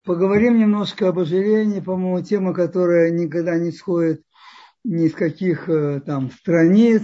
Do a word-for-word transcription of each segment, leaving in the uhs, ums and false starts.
Поговорим немножко об ожирении, по-моему, тема, которая никогда не сходит ни с каких э, там страниц.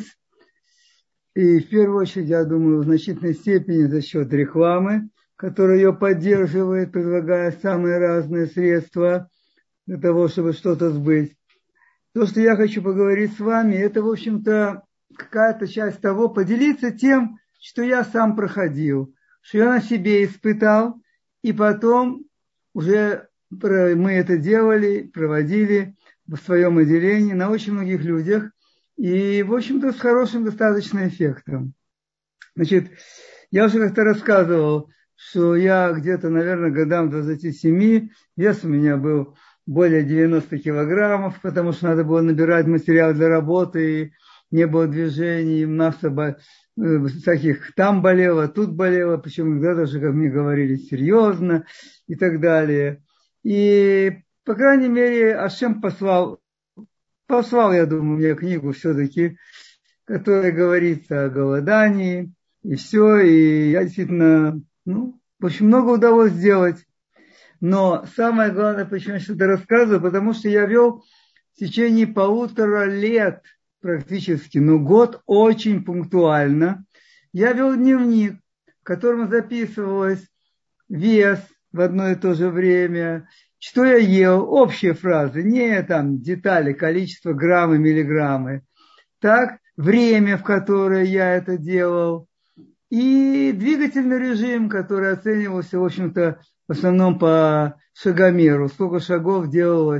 И в первую очередь, я думаю, в значительной степени за счет рекламы, которая ее поддерживает, предлагая самые разные средства для того, чтобы что-то сбыть. То, что я хочу поговорить с вами, это, в общем-то, какая-то часть того, поделиться тем, что я сам проходил, что я на себе испытал, и потом уже мы это делали, проводили в своем отделении на очень многих людях, и, в общем-то, с хорошим достаточно эффектом. Значит, я уже как-то рассказывал, что я где-то, наверное, годам двадцати семи, вес у меня был более девяноста килограммов, потому что надо было набирать материал для работы, и не было движений, масса всяких там болело, тут болело, причем иногда даже, как мне говорили, серьезно и так далее. И, по крайней мере, Ашем послал, послал, я думаю, мне книгу все-таки, которая говорится о голодании, и все, и я действительно, ну, в общем, много удалось сделать. Но самое главное, почему я что-то рассказываю, потому что я вел в течение полутора лет практически, но год очень пунктуально. Я вел дневник, в котором записывалось вес в одно и то же время, что я ел, общие фразы, не там детали, количество граммы, миллиграммы. Так, время, в которое я это делал, и двигательный режим, который оценивался, в общем-то, в основном по шагомеру, сколько шагов делалось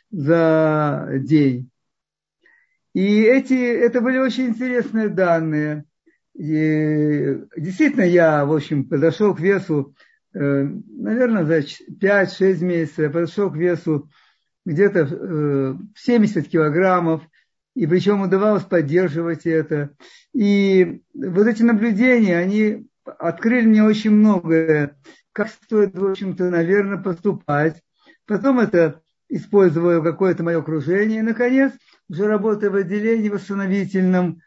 за день. И эти, это были очень интересные данные. И действительно, я, в общем, подошел к весу, наверное, за пять-шесть месяцев, я подошел к весу где-то семьдесят килограммов, и причем удавалось поддерживать это. И вот эти наблюдения, они открыли мне очень многое, как стоит, в общем-то, наверное, поступать. Потом это использую какое-то мое окружение. И, наконец, уже работая в отделении восстановительном,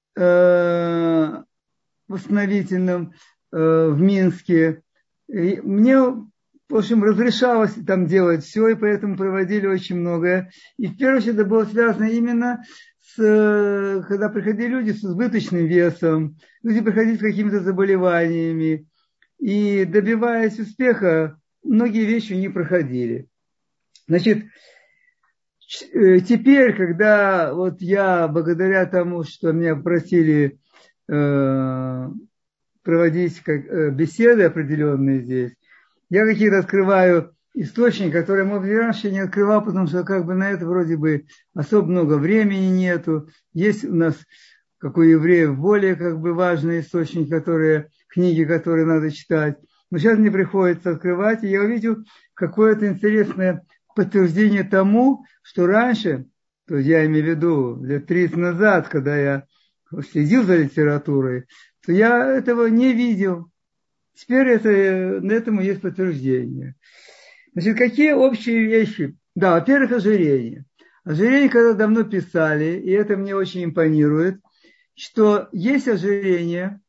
э, восстановительном э, в Минске, и мне, в общем, разрешалось там делать все, и поэтому проводили очень многое. И в первую очередь это было связано именно с, когда приходили люди с избыточным весом, люди приходили с какими-то заболеваниями, и добиваясь успеха, многие вещи не проходили. Значит, теперь, когда вот я, благодаря тому, что меня просили э, проводить как, беседы определенные здесь, я какие-то открываю источники, которые, может быть, раньше не открывал, потому что как бы на это вроде бы особо много времени нету. Есть у нас, как у евреев, более как бы важные источники, которые, книги, которые надо читать. Но сейчас мне приходится открывать, и я увидел какое-то интересное подтверждение тому, что раньше, то есть я имею в виду лет тридцать назад, когда я следил за литературой, то я этого не видел. Теперь это, этому есть подтверждение. Значит, какие общие вещи? Да, во-первых, ожирение. Ожирение, когда давно писали, и это мне очень импонирует, что есть ожирение,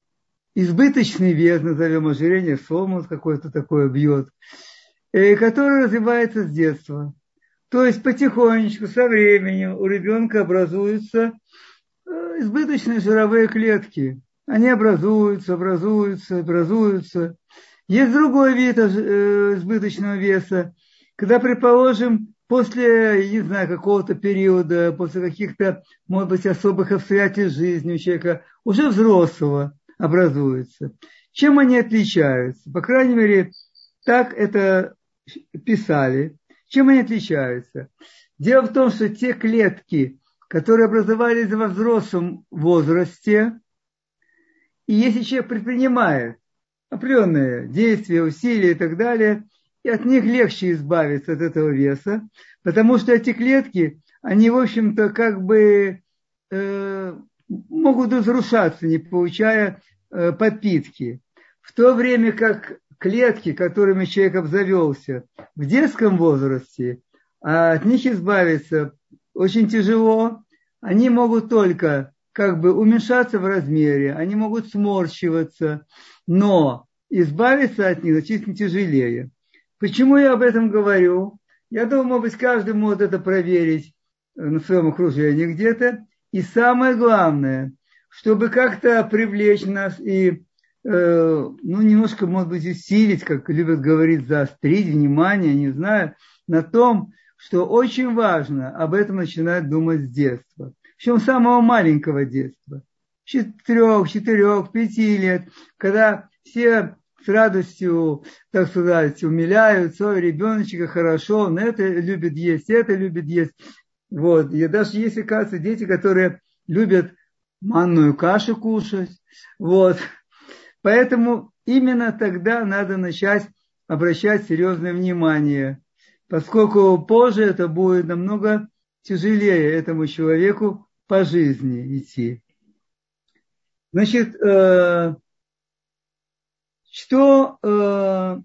избыточный вес, назовем ожирение, сомус какой-то такое бьет, который развивается с детства. То есть потихонечку, со временем у ребенка образуются избыточные жировые клетки. Они образуются, образуются, образуются. Есть другой вид избыточного веса, когда, предположим, после, я не знаю, какого-то периода, после каких-то, может быть, особых обстоятельств жизни у человека, уже взрослого образуется. Чем они отличаются? По крайней мере, так это писали. Чем они отличаются? Дело в том, что те клетки, которые образовались во взрослом возрасте, и если человек предпринимает определенные действия, усилия и так далее, и от них легче избавиться от этого веса, потому что эти клетки, они, в общем-то, как бы э, могут разрушаться, не получая э, подпитки. В то время как клетки, которыми человек обзавелся в детском возрасте, а от них избавиться очень тяжело, они могут только как бы уменьшаться в размере, они могут сморщиваться, но избавиться от них значительно тяжелее. Почему я об этом говорю? Я думаю, может быть, каждый может это проверить на своем окружении где-то. И самое главное, чтобы как-то привлечь нас и, э, ну, немножко, может быть, усилить, как любят говорить, заострить внимание, не знаю, на том, что очень важно об этом начинать думать с детства. Причем с самого маленького детства. Четырех, четырех, пяти лет, когда все с радостью, так сказать, умиляются, ой, ребеночек, хорошо, он это любит есть, это любит есть. Вот. И даже есть, оказывается, дети, которые любят манную кашу кушать. Вот. Поэтому именно тогда надо начать обращать серьезное внимание, поскольку позже это будет намного тяжелее этому человеку по жизни идти. Значит, э, что э,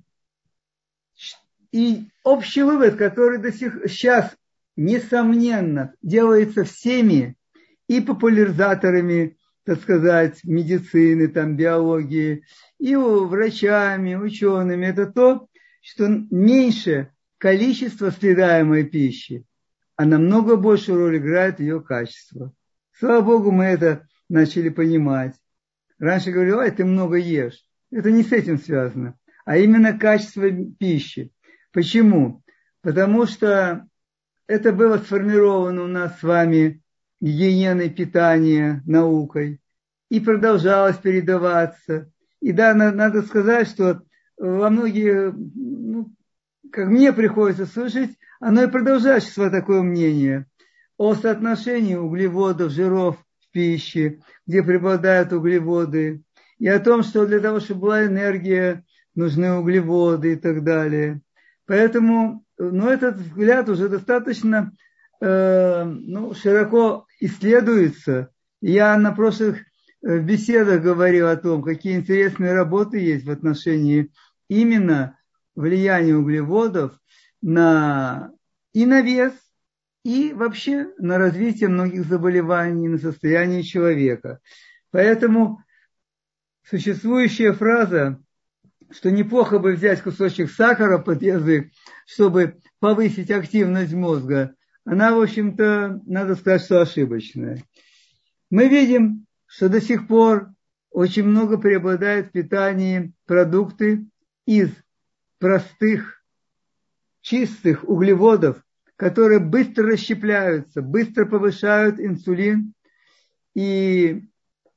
и общий вывод, который до сих сейчас, несомненно, делается всеми и популяризаторами, так сказать, медицины, там, биологии, и врачами, учеными, это то, что меньше количество съедаемой пищи, а намного большую роль играет ее качество. Слава Богу, мы это начали понимать. Раньше говорили, ой, ты много ешь. Это не с этим связано, а именно качество пищи. Почему? Потому что это было сформировано у нас с вами гигиеной питания, наукой, и продолжалось передаваться. И да, надо сказать, что во многие, ну, как мне приходится слышать, оно и продолжает существовать такое мнение о соотношении углеводов, жиров в пище, где преобладают углеводы, и о том, что для того, чтобы была энергия, нужны углеводы и так далее. Поэтому, ну, этот взгляд уже достаточно э, ну, широко исследуется. Я на прошлых беседах говорил о том, какие интересные работы есть в отношении именно влияния углеводов на, и на вес, и вообще на развитие многих заболеваний, на состояние человека. Поэтому существующая фраза, что неплохо бы взять кусочек сахара под язык, чтобы повысить активность мозга, она, в общем-то, надо сказать, что ошибочная. Мы видим, что до сих пор очень много преобладает в питании продукты из простых, чистых углеводов, которые быстро расщепляются, быстро повышают инсулин и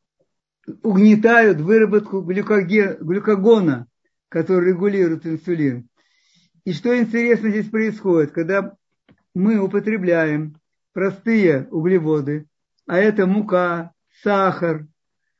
угнетают выработку глюкогона, который регулирует инсулин. И что интересно здесь происходит, когда мы употребляем простые углеводы, а это мука, сахар,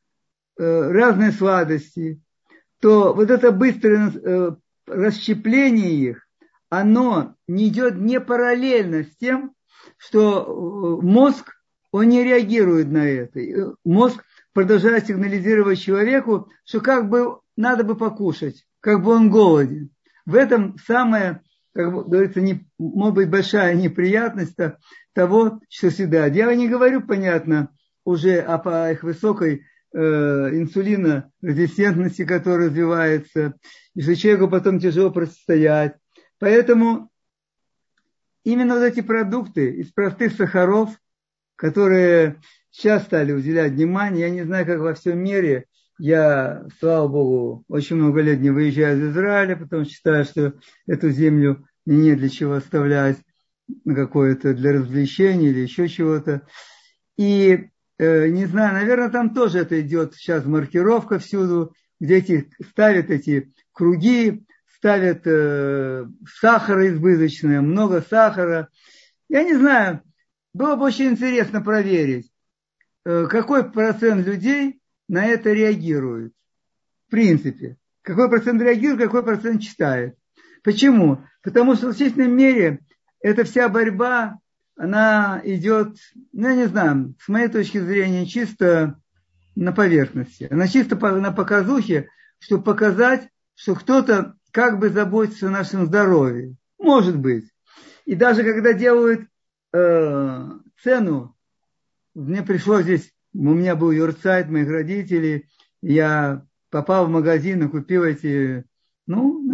разные сладости, то вот это быстрое расщепление их, оно не идет не параллельно с тем, что мозг, он не реагирует на это. Мозг продолжает сигнализировать человеку, что как бы надо бы покушать, как бы он голоден. В этом самая, как говорится, не, может быть, большая неприятность того, что съедают. Я не говорю, понятно, уже о, о их высокой э, инсулинорезистентности, которая развивается, и что человеку потом тяжело противостоять. Поэтому именно вот эти продукты из простых сахаров, которые сейчас стали уделять внимание, я не знаю, как во всем мире, я, слава Богу, очень много лет не выезжаю из Израиля, потому что считаю, что эту землю мне не для чего оставлять, какое-то для развлечений или еще чего-то. И, э, не знаю, наверное, там тоже это идет сейчас маркировка всюду, где эти, ставят эти круги, ставят э, сахара избыточное, много сахара. Я не знаю, было бы очень интересно проверить, э, какой процент людей на это реагирует. В принципе. Какой процент реагирует, какой процент читает. Почему? Потому что в значительной мере эта вся борьба, она идет, ну, я не знаю, с моей точки зрения, чисто на поверхности. Она чисто на показухе, чтобы показать, что кто-то как бы заботится о нашем здоровье. Может быть. И даже когда делают э, цену, мне пришлось здесь, у меня был юрцайт моих родителей, я попал в магазин и купил эти, ну,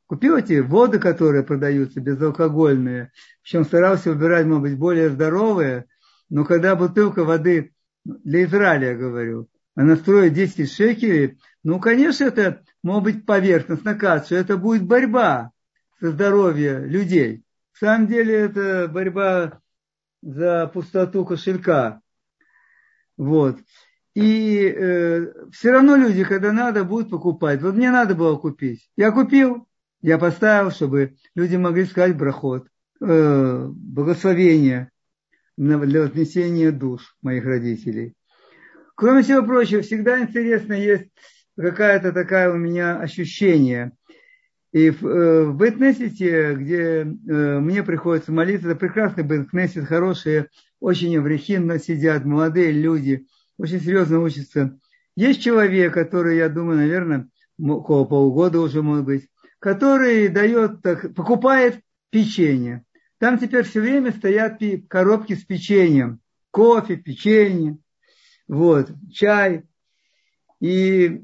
Купил эти воды, которые продаются, безалкогольные. Причем старался выбирать, может быть, более здоровые. Но когда бутылка воды, для Израиля я говорю, она стоит десять шекелей, ну, конечно, это может быть поверхностно кажется, это будет борьба за здоровье людей. В самом деле это борьба за пустоту кошелька. Вот. И э, все равно люди, когда надо, будут покупать. Вот мне надо было купить. Я купил, я поставил, чтобы люди могли сказать брахот, э, благословение для вознесения душ моих родителей. Кроме всего прочего, всегда интересно, есть какая-то такая у меня ощущение. И в, э, в Бейт-Кнессете, где э, мне приходится молиться, это прекрасный Бейт-Кнессет, хорошие, очень аврехим сидят, молодые люди, очень серьезно учатся. Есть человек, который, я думаю, наверное, около полугода уже, может быть, который дает, так, покупает печенье. Там теперь все время стоят коробки с печеньем, кофе, печенье, вот, чай. И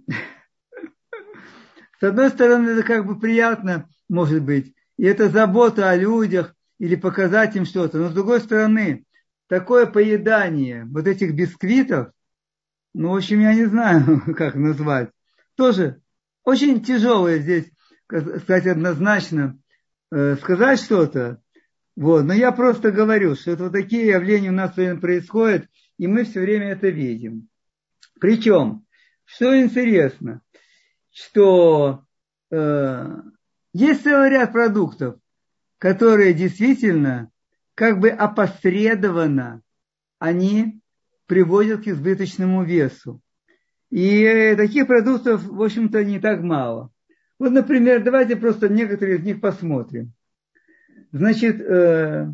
с одной стороны, это как бы приятно, может быть, и это забота о людях или показать им что-то. Но с другой стороны, такое поедание вот этих бисквитов, ну, в общем, я не знаю, как назвать, тоже очень тяжелое здесь, сказать однозначно, э, сказать что-то. Вот. Но я просто говорю, что это вот такие явления у нас происходят, и мы все время это видим. Причем, что интересно, что э, есть целый ряд продуктов, которые действительно как бы опосредованно они приводят к избыточному весу. И таких продуктов, в общем-то, не так мало. Вот, например, давайте просто некоторые из них посмотрим. Значит, э,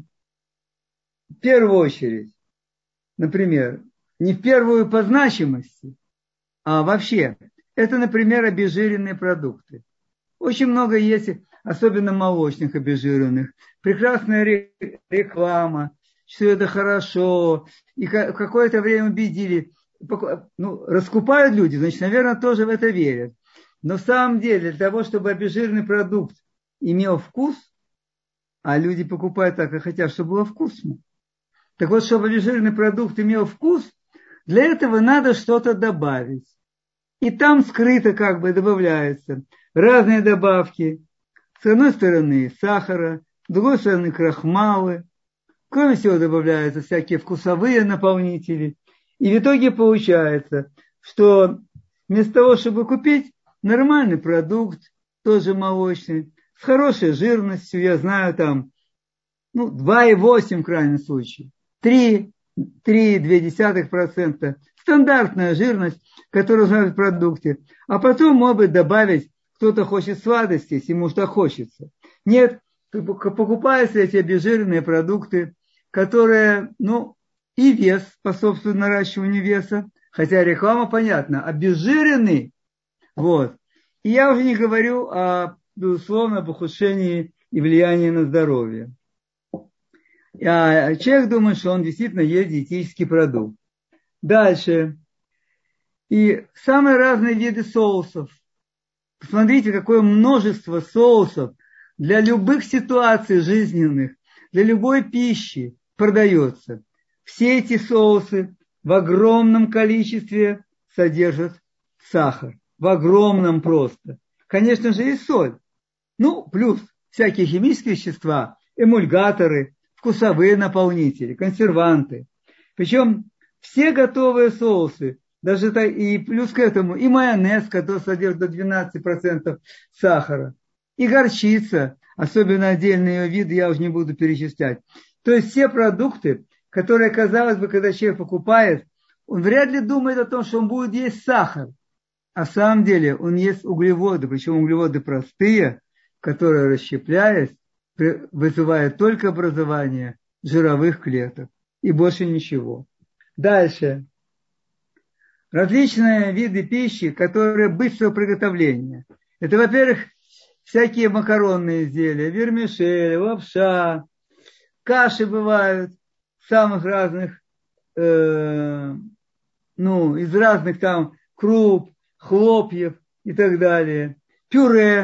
в первую очередь, например, не в первую по значимости, а вообще, это, например, обезжиренные продукты. Очень много есть, особенно молочных обезжиренных. Прекрасная реклама, что это хорошо. И в какое-то время убедили. Ну, раскупают люди, значит, наверное, тоже в это верят. Но в самом деле, для того, чтобы обезжиренный продукт имел вкус, а люди покупают так и хотят, чтобы было вкусно. Так вот, чтобы обезжиренный продукт имел вкус, для этого надо что-то добавить. И там скрыто как бы добавляются разные добавки. С одной стороны сахара, с другой стороны крахмалы. Кроме всего добавляются всякие вкусовые наполнители. И в итоге получается, что вместо того, чтобы купить нормальный продукт, тоже молочный, с хорошей жирностью, я знаю там, ну, два и восемь в крайнем случае, три, три и две десятых процента, стандартная жирность, которую знают в продукте. А потом, может быть, добавить, кто-то хочет сладости, если ему что хочется. Нет, покупаются эти обезжиренные продукты, которые, ну, и вес способствует наращиванию веса, хотя реклама понятна, обезжиренный, вот. И я уже не говорю о, безусловно, об ухудшении и влиянии на здоровье. А человек думает, что он действительно ест диетический продукт. Дальше. И самые разные виды соусов. Посмотрите, какое множество соусов для любых ситуаций жизненных, для любой пищи продается. Все эти соусы в огромном количестве содержат сахар. В огромном просто. Конечно же и соль. Ну, плюс всякие химические вещества, эмульгаторы, вкусовые наполнители, консерванты. Причем все готовые соусы, даже и плюс к этому и майонез, который содержит до двенадцати процентов сахара, и горчица, особенно отдельные ее виды, я уже не буду перечислять. То есть все продукты, которые, казалось бы, когда человек покупает, он вряд ли думает о том, что он будет есть сахар. А в самом деле он ест углеводы, причем углеводы простые, которые, расщепляясь, вызывают только образование жировых клеток и больше ничего. Дальше. Различные виды пищи, которые быстрого приготовления. Это, во-первых, всякие макаронные изделия, вермишель, лапша, каши бывают самых разных, э, ну, из разных там круп, хлопьев и так далее. Пюре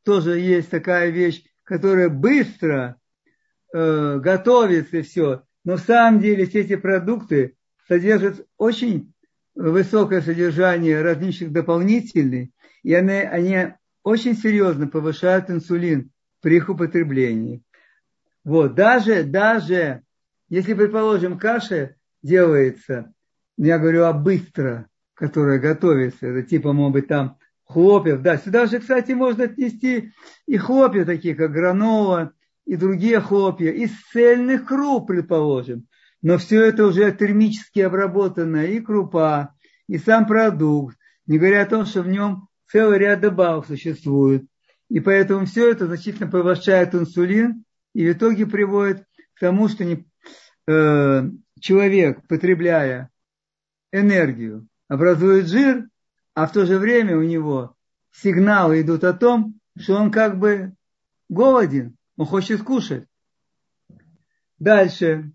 тоже есть такая вещь, которая быстро э, готовится и все. Но в самом деле все эти продукты содержат очень высокое содержание различных дополнительных, и они, они очень серьезно повышают инсулин при их употреблении. Вот, даже, даже, если, предположим, каша делается, я говорю, а быстро, которая готовится, это типа, может быть, там хлопьев, да, сюда же, кстати, можно отнести и хлопья такие, как гранола, и другие хлопья, из цельных круп, предположим. Но все это уже термически обработано, и крупа, и сам продукт, не говоря о том, что в нем целый ряд добавок существует. И поэтому все это значительно повышает инсулин, и в итоге приводит к тому, что не, э, человек, потребляя энергию, образует жир, а в то же время у него сигналы идут о том, что он как бы голоден, он хочет кушать. Дальше.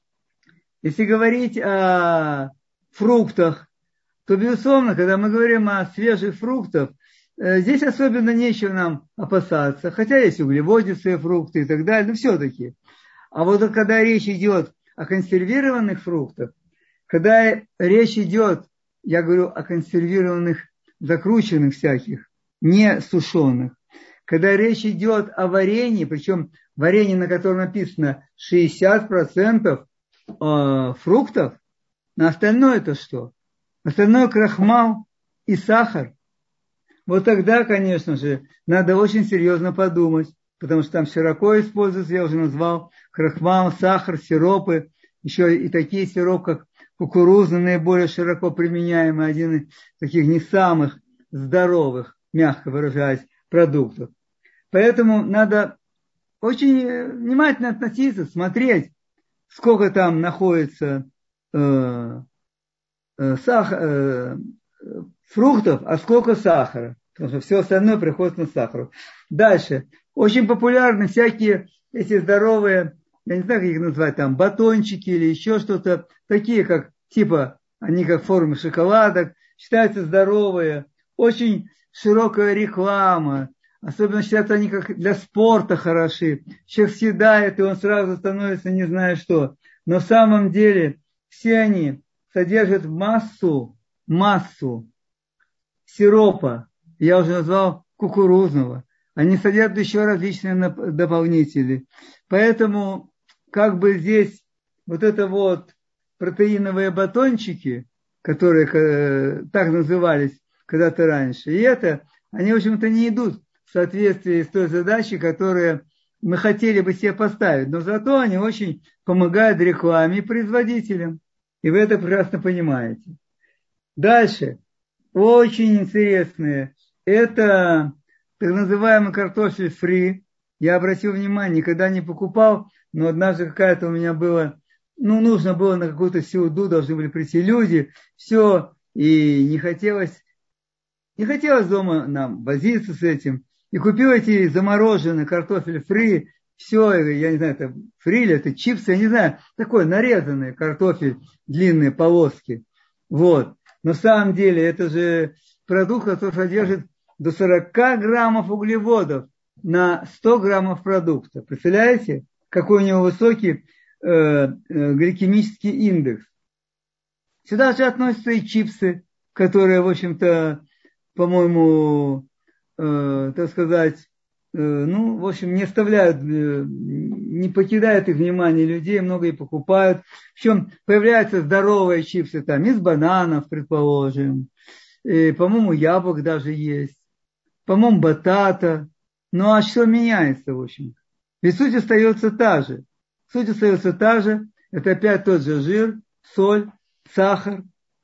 Если говорить о фруктах, то, безусловно, когда мы говорим о свежих фруктах, здесь особенно нечего нам опасаться, хотя есть углеводистые фрукты и так далее, но все-таки. А вот когда речь идет о консервированных фруктах, когда речь идет, я говорю о консервированных, закрученных всяких, не сушеных, когда речь идет о варенье, причем варенье, на котором написано шестьдесят процентов фруктов, на остальное это что? Остальное крахмал и сахар. Вот тогда, конечно же, надо очень серьезно подумать, потому что там широко используется, я уже назвал, крахмал, сахар, сиропы, еще и такие сиропы, как кукурузный, наиболее широко применяемый, один из таких не самых здоровых, мягко выражаясь, продуктов. Поэтому надо очень внимательно относиться, смотреть, сколько там находится э, э, сахар, э, фруктов, а сколько сахара. Потому что все остальное приходит на сахар. Дальше. Очень популярны всякие эти здоровые, я не знаю, как их назвать, там, батончики или еще что-то, такие как, типа, они как в форме шоколадок, считаются здоровые, очень широкая реклама, особенно считаются они как для спорта хороши. Человек съедает, и он сразу становится не знаю что. Но в самом деле все они содержат массу, массу сиропа, я уже назвал кукурузного. Они содержат еще различные дополнители. Поэтому как бы здесь вот это вот протеиновые батончики, которые э, так назывались когда-то раньше, и это, они, в общем-то, не идут в соответствии с той задачей, которую мы хотели бы себе поставить. Но зато они очень помогают рекламе и производителям. И вы это прекрасно понимаете. Дальше. Очень интересные. Это так называемый картофель фри. Я обратил внимание, никогда не покупал, но однажды какая-то у меня была, ну, нужно было на какую-то сеуду, должны были прийти люди, все, и не хотелось, не хотелось дома нам возиться с этим. И купил эти замороженные картофель фри, все, я не знаю, это фри или это чипсы, я не знаю, такой нарезанный картофель, длинные полоски. Вот. Но в самом деле это же продукт, который содержит до сорок граммов углеводов на сто граммов продукта. Представляете, какой у него высокий э, э, гликемический индекс. Сюда же относятся и чипсы, которые, в общем-то, по-моему, э, так сказать, э, ну, в общем, не оставляют, э, не покидают их внимание людей, много и покупают. Причем появляются здоровые чипсы там из бананов, предположим. И, по-моему, яблок даже есть. По-моему, батата. Ну, а что меняется, в общем? Ведь суть остается та же. Суть остается та же. Это опять тот же жир, соль, сахар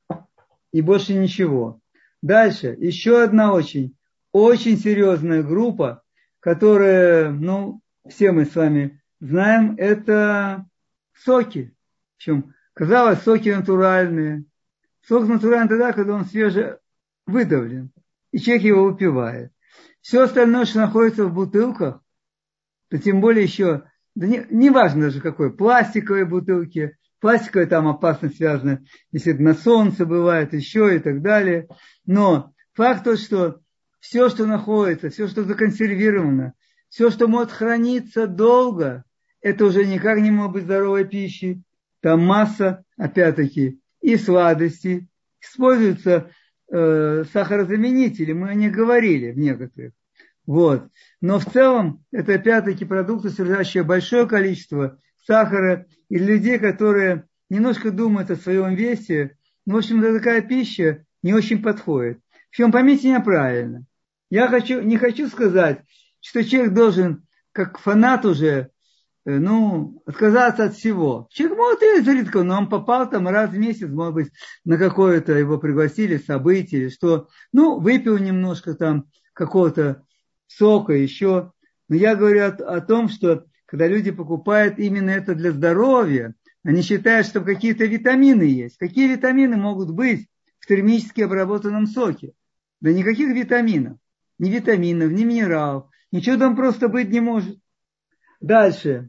и больше ничего. Дальше. Еще одна очень, очень серьезная группа, которая, ну, все мы с вами знаем, это соки. Причем, казалось, соки натуральные. Сок натуральный тогда, когда он свеже выдавлен, и человек его выпивает. Все остальное, что находится в бутылках, то тем более еще, да не, не важно даже какой, пластиковые бутылки, пластиковая там опасность связана, если это на солнце бывает, еще и так далее. Но факт тот, что все, что находится, все, что законсервировано, все, что может храниться долго, это уже никак не может быть здоровой пищей. Там масса, опять-таки, и сладостей. Используются э, сахарозаменители, мы о них говорили в некоторых. Вот. Но в целом это опять-таки продукты, содержащие большое количество сахара. И для людей, которые немножко думают о своем весе, ну, в общем, такая пища не очень подходит. Причем поймите меня правильно. Я хочу, не хочу сказать, что человек должен, как фанат уже, ну, отказаться от всего. Человек может и изредка, но он попал там раз в месяц, может быть, на какое-то его пригласили событие, что, ну, выпил немножко там какого-то сока еще. Но я говорю о, о том, что когда люди покупают именно это для здоровья, они считают, что какие-то витамины есть. Какие витамины могут быть в термически обработанном соке? Да никаких витаминов. Ни витаминов, ни минералов. Ничего там просто быть не может. Дальше.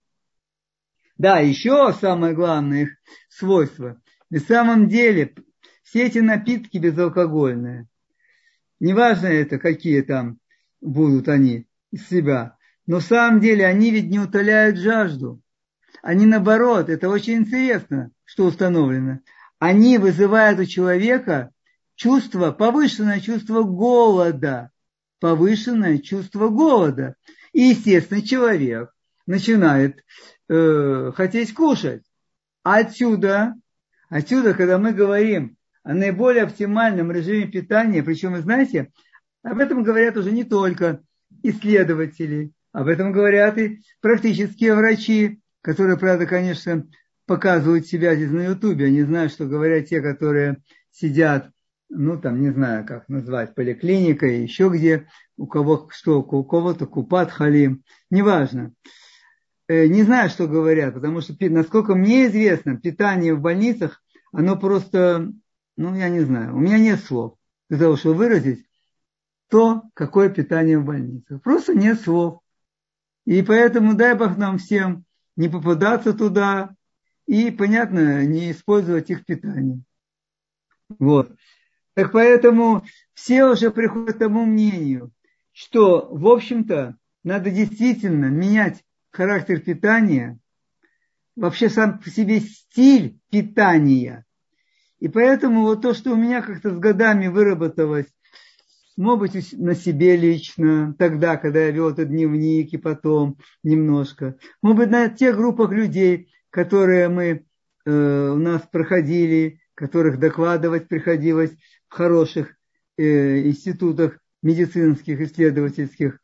Да, еще самое главное их свойство. На самом деле, все эти напитки безалкогольные, неважно это, какие там будут они из себя, но в самом деле они ведь не утоляют жажду. Они наоборот, это очень интересно, что установлено. Они вызывают у человека чувство, повышенное чувство голода. Повышенное чувство голода. И, естественно, человек начинает э, хотеть кушать. А отсюда, отсюда, когда мы говорим о наиболее оптимальном режиме питания, причем, вы знаете, об этом говорят уже не только исследователи, об этом говорят и практические врачи, которые, правда, конечно, показывают себя здесь на Ютубе. Я не знаю, что говорят те, которые сидят, ну, там, не знаю, как назвать, поликлиника и еще где, у кого что, у кого-то купат халим, неважно. Не знаю, что говорят, потому что, насколько мне известно, питание в больницах, оно просто, ну, я не знаю, у меня нет слов для того, чтобы выразить то, какое питание в больницах. Просто нет слов. И поэтому дай Бог нам всем не попадаться туда и, понятно, не использовать их питание. Вот. Так поэтому все уже приходят к тому мнению, что, в общем-то, надо действительно менять характер питания, вообще сам по себе стиль питания. И поэтому вот то, что у меня как-то с годами выработалось, может быть, на себе лично, тогда, когда я вел этот дневник, и потом немножко. Может быть, на тех группах людей, которые мы, э, у нас проходили, которых докладывать приходилось в хороших э, институтах медицинских, исследовательских.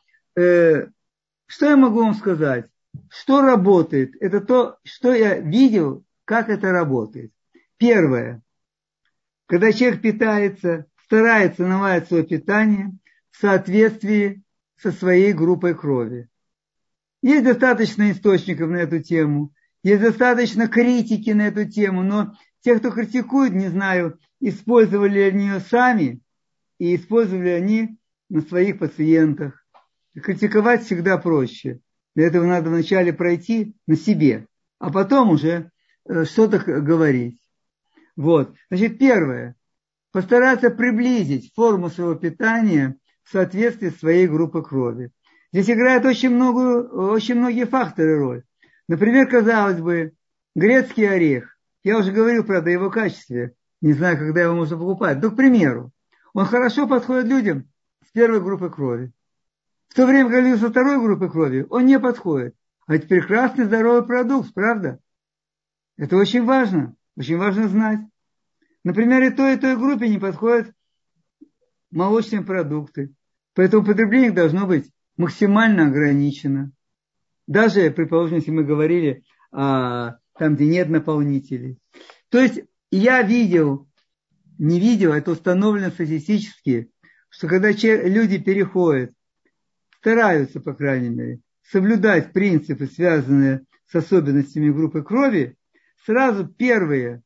Э, что я могу вам сказать? Что работает? Это то, что я видел, как это работает. Первое. Когда человек питается, старается наладить свое питание в соответствии со своей группой крови. Есть достаточно источников на эту тему, есть достаточно критики на эту тему, но те, кто критикует, не знаю, использовали ли они ее сами и использовали они на своих пациентах. И критиковать всегда проще. Для этого надо вначале пройти на себе, а потом уже что-то говорить. Вот. Значит, первое. Постараться приблизить форму своего питания в соответствии с своей группой крови. Здесь играют очень, много, очень многие факторы роль. Например, казалось бы, грецкий орех. Я уже говорил, правда, о его качестве. Не знаю, когда его можно покупать. Но, к примеру, он хорошо подходит людям с первой группой крови. В то время, когда люди со второй группой крови, он не подходит. А это прекрасный здоровый продукт, правда? Это очень важно. Очень важно знать. Например, и той, и той группе не подходят молочные продукты. Поэтому потребление их должно быть максимально ограничено. Даже, предположим, если мы говорили о, там, где нет наполнителей. То есть я видел, не видел, это установлено статистически, что когда люди переходят, стараются, по крайней мере, соблюдать принципы, связанные с особенностями группы крови, сразу первые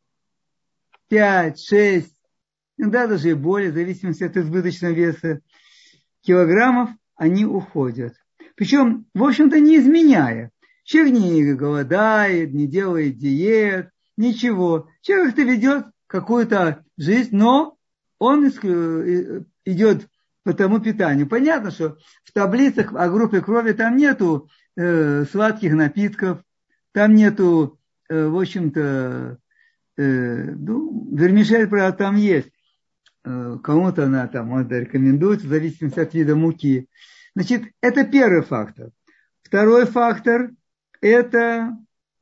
пять, шесть, иногда даже и более, в зависимости от избыточного веса килограммов, они уходят. Причем, в общем-то, не изменяя. Человек не голодает, не делает диет, ничего. Человек-то ведет какую-то жизнь, но он идет по тому питанию. Понятно, что в таблицах о группе крови там нету э, сладких напитков, там нету, э, в общем-то, э, ну, вермишель, правда, там есть. Э, кому-то она там вот, рекомендуется в зависимости от вида муки. Значит, это первый фактор. Второй фактор – это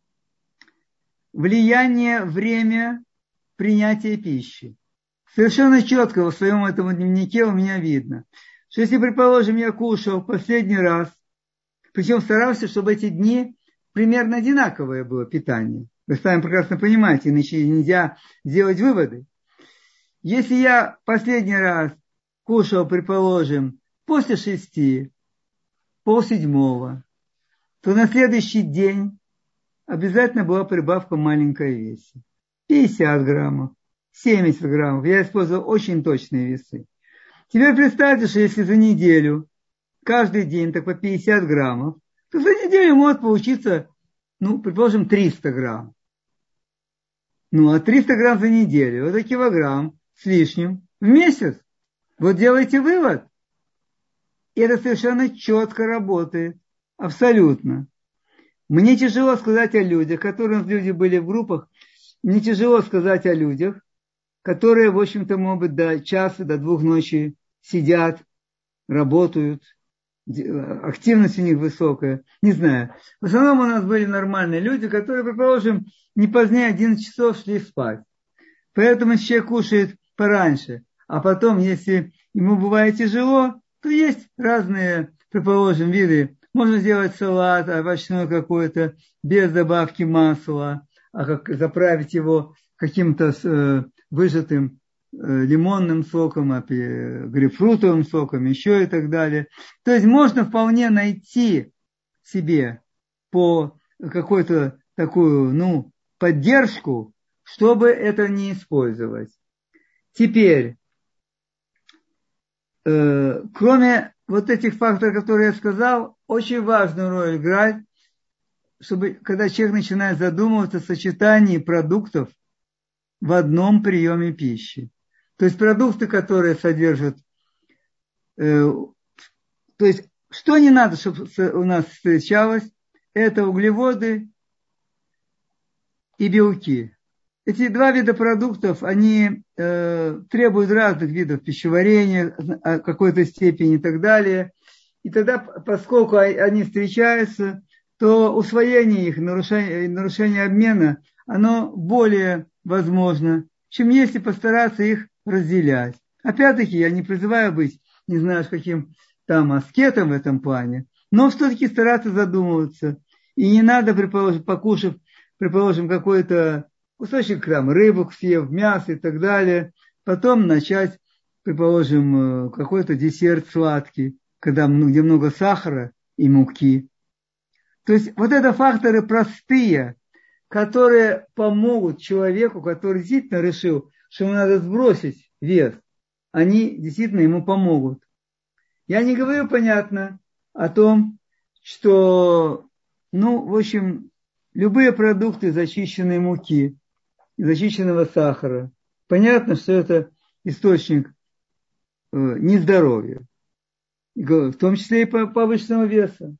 влияние, время принятия пищи. Совершенно четко в своем этом дневнике у меня видно, что если, предположим, я кушал последний раз, причем старался, чтобы эти дни примерно одинаковое было питание. Вы сами прекрасно понимаете, иначе нельзя сделать выводы. Если я последний раз кушал, предположим, после шести, полседьмого, то на следующий день обязательно была прибавка маленькой весе. пятьдесят граммов, семьдесят граммов. Я использовал очень точные весы. Теперь представьте, что если за неделю, каждый день так по пятьдесят граммов, то за неделю может получиться, ну, предположим, триста грамм. Ну, а триста грамм за неделю, это килограмм с лишним в месяц. Вот делайте вывод. И это совершенно четко работает. Абсолютно. Мне тяжело сказать о людях, которые у нас люди были в группах, мне тяжело сказать о людях, которые, в общем-то, могут быть до часа, до двух ночи сидят, работают, активность у них высокая, не знаю. В основном у нас были нормальные люди, которые, предположим, не позднее одиннадцати часов шли спать. Поэтому если человек кушает пораньше, а потом, если ему бывает тяжело, то есть разные, предположим, виды. Можно сделать салат овощной какой-то, без добавки масла, а как заправить его каким-то э, выжатым э, лимонным соком, а, э, грейпфрутовым соком, еще и так далее. То есть можно вполне найти себе по какой-то такую, ну, поддержку, чтобы это не использовать. Теперь, э, кроме вот этих факторов, которые я сказал, очень важную роль играет, чтобы, когда человек начинает задумываться о сочетании продуктов в одном приеме пищи. То есть продукты, которые содержат, э, то есть что не надо, чтобы у нас встречалось, это углеводы и белки. Эти два вида продуктов, они э, требуют разных видов пищеварения, какой-то степени и так далее. И тогда, поскольку они встречаются, то усвоение их, нарушение, нарушение обмена, оно более возможно, чем если постараться их разделять. Опять-таки, я не призываю быть, не знаю, каким там аскетом в этом плане, но все-таки стараться задумываться. И не надо, предположим, покушав, предположим, какой-то кусочек там рыбу съев, мясо и так далее, потом начать, предположим, какой-то десерт сладкий, когда, где много сахара и муки. То есть вот это факторы простые, которые помогут человеку, который действительно решил, что ему надо сбросить вес, они действительно ему помогут. Я не говорю, понятно, о том, что, ну, в общем, любые продукты зачищенной муки, зачищенного сахара, понятно, что это источник э, нездоровья, в том числе и повышенного веса.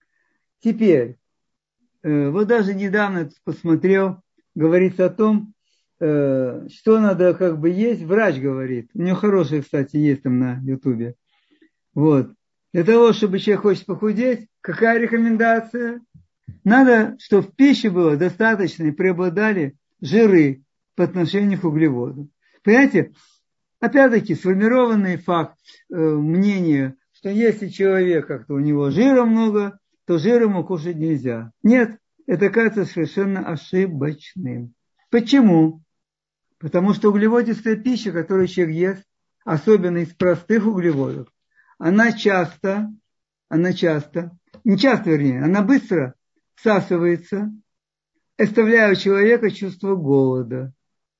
Теперь, э, вот даже недавно посмотрел, говорится о том, э, что надо как бы есть, врач говорит, у него хороший, кстати, есть там на ютубе, вот, для того, чтобы человек хочет похудеть, какая рекомендация? Надо, чтобы в пище было достаточно и преобладали жиры по отношению к углеводам. Понимаете, опять-таки сформированный факт, э, мнение, что если человек как-то у него жира много, то жир ему кушать нельзя. Нет, это кажется совершенно ошибочным. Почему? Потому что углеводистая пища, которую человек ест, особенно из простых углеводов, она часто, она часто, не часто вернее, она быстро всасывается, оставляя у человека чувство голода.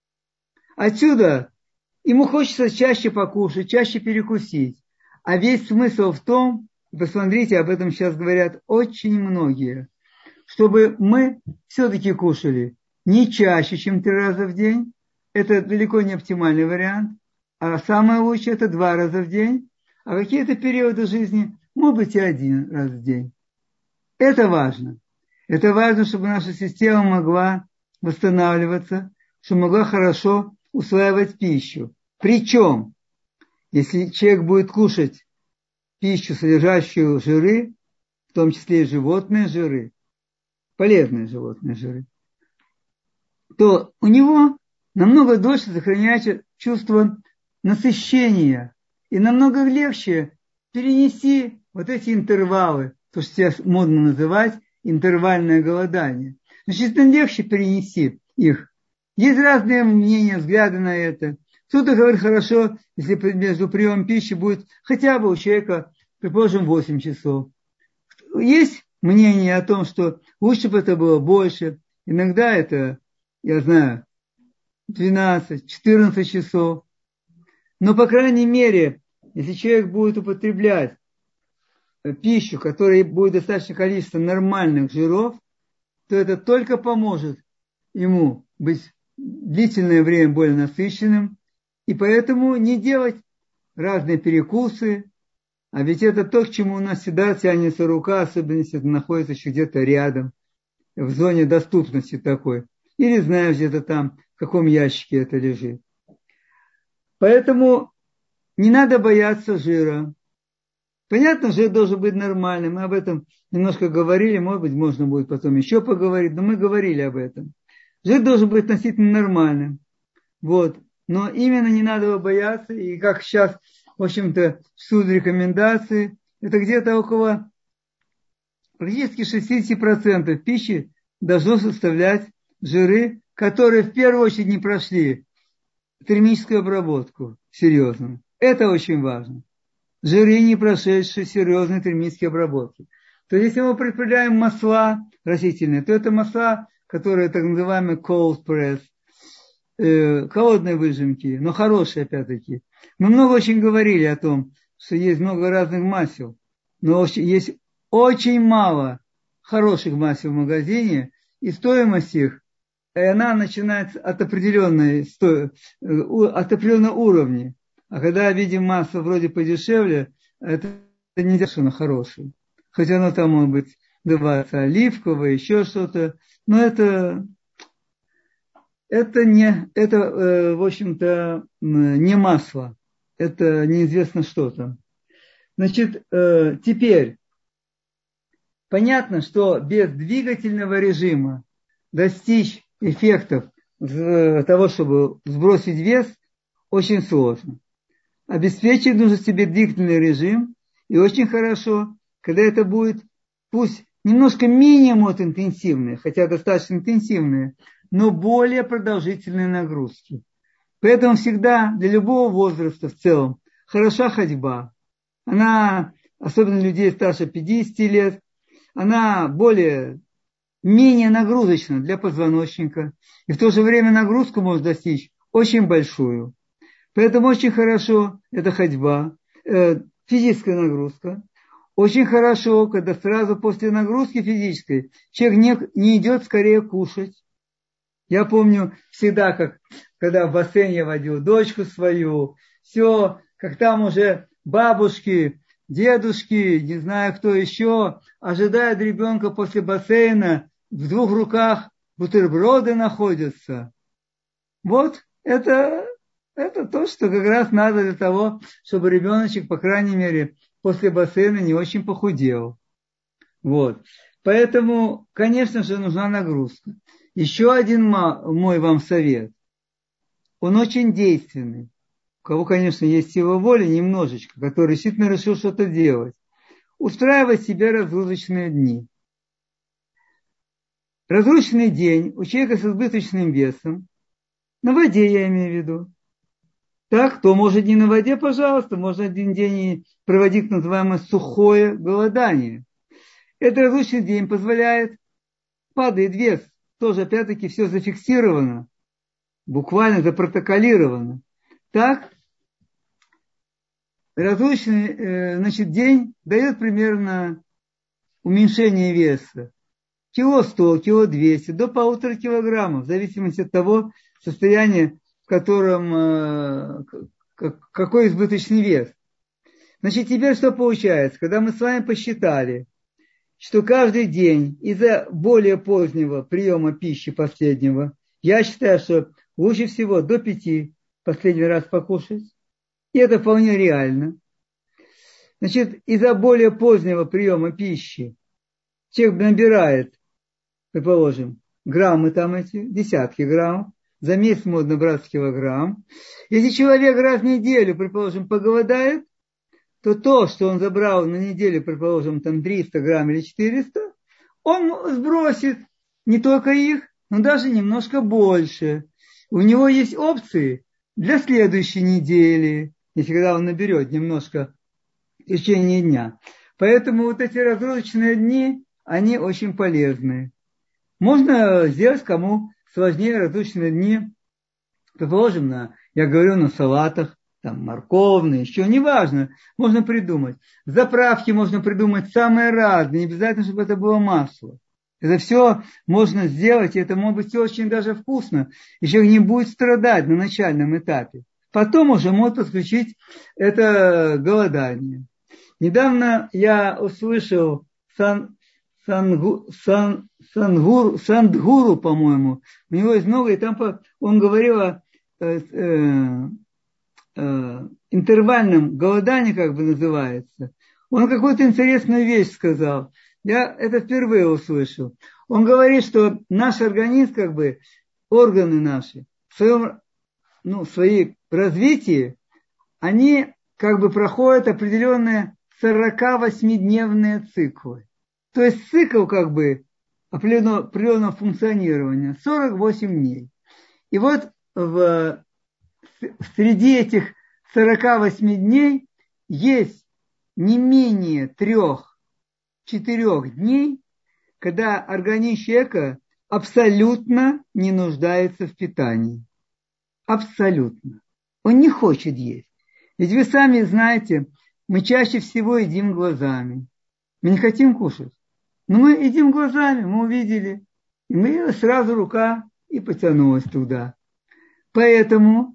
Отсюда ему хочется чаще покушать, чаще перекусить. А весь смысл в том, посмотрите, об этом сейчас говорят очень многие, чтобы мы все-таки кушали не чаще, чем три раза в день. Это далеко не оптимальный вариант. А самое лучшее – это два раза в день. а какие-то периоды жизни, может быть, и один раз в день. Это важно. Это важно, чтобы наша система могла восстанавливаться, чтобы могла хорошо усваивать пищу. Причем, если человек будет кушать пищу, содержащую жиры, в том числе и животные жиры, полезные животные жиры, то у него намного дольше сохраняется чувство насыщения. И намного легче перенести вот эти интервалы, то, что сейчас модно называть интервальное голодание. Значительно легче перенести их. Есть разные мнения, взгляды на это. Кто-то говорит, хорошо, если между приемом пищи будет хотя бы у человека, предположим, восемь часов. Есть мнение о том, что лучше бы это было больше. Иногда это, я знаю, двенадцать-четырнадцать часов. Но, по крайней мере, если человек будет употреблять пищу, в которой будет достаточное количество нормальных жиров, то это только поможет ему быть длительное время более насыщенным. И поэтому не делать разные перекусы. А ведь это то, к чему у нас всегда тянется рука, особенно если это находится еще где-то рядом, в зоне доступности такой. Или знаешь, где-то там, в каком ящике это лежит. Поэтому не надо бояться жира. Понятно, жир должен быть нормальным. Мы об этом немножко говорили, может быть, можно будет потом еще поговорить, но мы говорили об этом. Жир должен быть относительно нормальным. Вот. Но именно не надо его бояться. И как сейчас, в общем-то, суть рекомендации, это где-то около практически шестьдесят процентов пищи должно составлять жиры, которые в первую очередь не прошли термическую обработку серьезно. Это очень важно. Жиры, не прошедшие серьезные термические обработки. То есть, если мы употребляем масла растительные, то это масла, которые так называемые cold press, э, холодные выжимки, но хорошие опять-таки. Мы много очень говорили о том, что есть много разных масел, но есть очень мало хороших масел в магазине, и стоимость их, и она начинается от определенной, от определенного уровня. А когда видим масло вроде подешевле, это не значит, что оно хорошее. Хотя оно там может быть называется оливковое, еще что-то. Но это, это, не, это в общем-то, не масло. Это неизвестно что там. Значит, теперь понятно, что без двигательного режима достичь эффектов того, чтобы сбросить вес, очень сложно. Обеспечить нужно себе двигательный режим, и очень хорошо, когда это будет, пусть немножко менее интенсивные, хотя достаточно интенсивные, но более продолжительные нагрузки. Поэтому всегда для любого возраста в целом хороша ходьба. Она, особенно людей старше пятидесяти лет, она более, менее нагрузочна для позвоночника. И в то же время нагрузку может достичь очень большую. Поэтому очень хорошо это ходьба, э, физическая нагрузка. Очень хорошо, когда сразу после нагрузки физической человек не, не идет скорее кушать. Я помню всегда, как когда в бассейн я водил дочку свою, все, как там уже бабушки, дедушки, не знаю кто еще, ожидают ребенка после бассейна, в двух руках бутерброды находятся. Вот это... Это то, что как раз надо для того, чтобы ребеночек, по крайней мере, после бассейна не очень похудел. Вот. Поэтому, конечно же, нужна нагрузка. Еще один мой вам совет. Он очень действенный. У кого, конечно, есть сила воли немножечко, который действительно решил что-то делать. Устраивать себе разгрузочные дни. Разгрузочный день у человека с избыточным весом, на воде я имею в виду. Так, кто может не на воде, пожалуйста, можно один день проводить так называемое сухое голодание. Этот разлучный день позволяет, падает вес, тоже опять-таки все зафиксировано, буквально запротоколировано. Так, разлучный значит, день дает примерно уменьшение веса. Кило сто, кило двести, до полутора килограммов, в зависимости от того состояния, в котором, какой избыточный вес. Значит, теперь что получается? Когда мы с вами посчитали, что каждый день из-за более позднего приема пищи последнего, я считаю, что лучше всего до пяти последний раз покушать, и это вполне реально. Значит, из-за более позднего приема пищи человек набирает, предположим, граммы там эти, десятки граммов, за месяц можно брать килограмм. Если человек раз в неделю, предположим, поголодает, то то, что он забрал на неделю, предположим, там триста грамм или четыреста, он сбросит не только их, но даже немножко больше. У него есть опции для следующей недели, если когда он наберет немножко в течение дня. Поэтому вот эти разгрузочные дни, они очень полезны. Можно сделать, кому сложнее разгрузочные дни, предположим, на, я говорю, на салатах, там морковные, еще, неважно, можно придумать. Заправки можно придумать самые разные, не обязательно, чтобы это было масло. Это все можно сделать, и это может быть очень даже вкусно. И человек не будет страдать на начальном этапе. Потом уже может подключить это голодание. Недавно я услышал сан, сангу, сан, сангур, Сандгуру, по-моему, у него есть много, и там он говорил о э, э, э, интервальном голодании, как бы называется. Он какую-то интересную вещь сказал. Я это впервые услышал. Он говорит, что наш организм, как бы, органы наши, в своем, ну, в своей развитии, они как бы проходят определенные сорокавосьмидневные циклы. То есть цикл как бы определенного, определенного функционирования сорок восемь дней. И вот в, среди этих сорока восьми дней есть не менее трех-четырех дней, когда организм человека абсолютно не нуждается в питании. Абсолютно. Он не хочет есть. Ведь вы сами знаете, мы чаще всего едим глазами. Мы не хотим кушать. Но мы едим глазами, мы увидели. И мы сразу рука и потянулась туда. Поэтому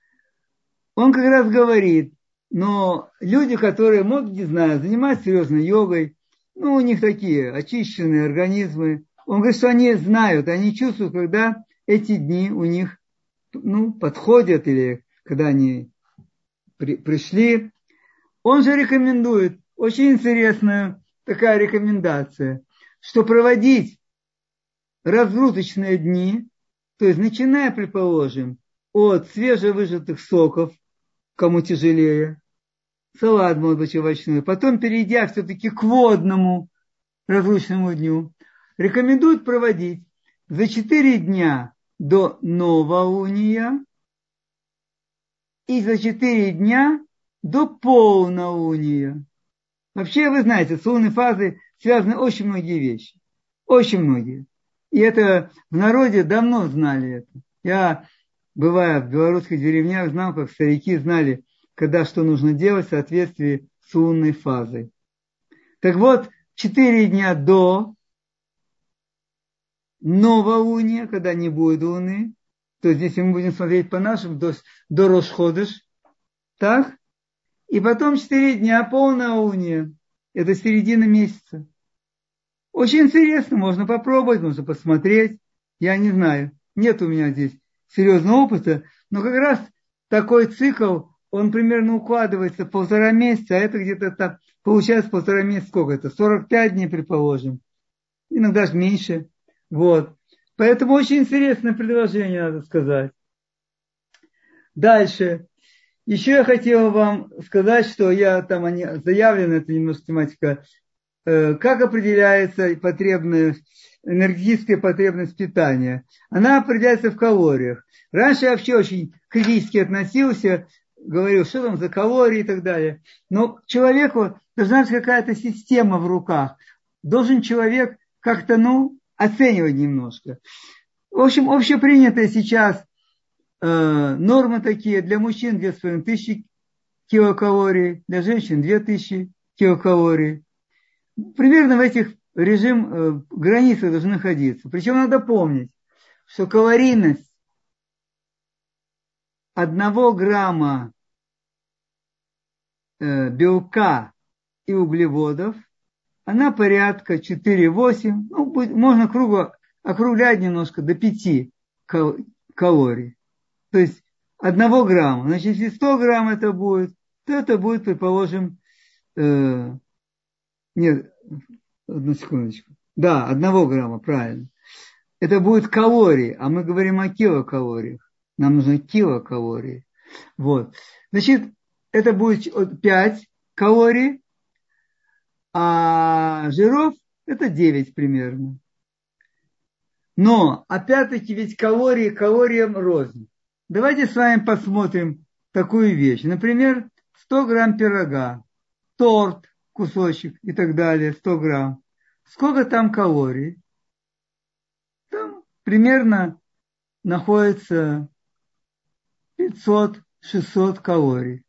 он как раз говорит, но люди, которые, может, не знаю, занимаются серьезно йогой, ну, у них такие очищенные организмы. Он говорит, что они знают, они чувствуют, когда эти дни у них, ну, подходят, или когда они при, пришли. Он же рекомендует, очень интересная такая рекомендация, что проводить разгрузочные дни, то есть начиная, предположим, от свежевыжатых соков, кому тяжелее, салат, может быть, овощной, потом перейдя все-таки к водному разгрузочному дню, рекомендуют проводить за четыре дня до новолуния и за четыре дня до полнолуния. Вообще, вы знаете, с лунной фазой связаны очень многие вещи. Очень многие. И это в народе давно знали это. Я, бывая в белорусских деревнях, знал, как старики знали, когда что нужно делать в соответствии с лунной фазой. Так вот, четыре дня до новолуния, когда не будет луны, то здесь мы будем смотреть по-нашему, до, до Рош-Ходеш, так? И потом четыре дня полнолуния, это середина месяца. Очень интересно, можно попробовать, можно посмотреть. Я не знаю, нет у меня здесь серьезного опыта, но как раз такой цикл, он примерно укладывается в полтора месяца, а это где-то так, получается полтора месяца, сколько это, сорок пять дней, предположим, иногда же меньше. Вот. Поэтому очень интересное предложение, надо сказать. Дальше. Еще я хотел вам сказать, что я там заявлено, это немножко тематика, как определяется потребность, энергетическая потребность питания. Она определяется в калориях. Раньше я вообще очень критически относился, говорил, что там за калории и так далее. Но человеку должна быть какая-то система в руках. Должен человек как-то, ну, оценивать немножко. В общем, общепринятые сейчас э, нормы такие. Для мужчин две с половиной тысячи килокалорий, для женщин две тысячи килокалорий. Примерно в этих режим, э, границах должны находиться. Причем надо помнить, что калорийность одного грамма э, белка и углеводов, она порядка четыре-восемь, ну, будет, можно кругло, округлять немножко до пяти калорий. То есть одного грамма. Значит, если сто грамм это будет, то это будет, предположим, э, нет, одну секундочку. Да, одного грамма, правильно. Это будет калории, а мы говорим о килокалориях. Нам нужно килокалории. Вот. Значит, это будет пять калорий, а жиров это девять примерно. Но, опять-таки, ведь калории калориям рознь. Давайте с вами посмотрим такую вещь. Например, сто грамм пирога, торт, кусочек и так далее, сто грамм. Сколько там калорий? Там примерно находится пятьсот-шестьсот калорий.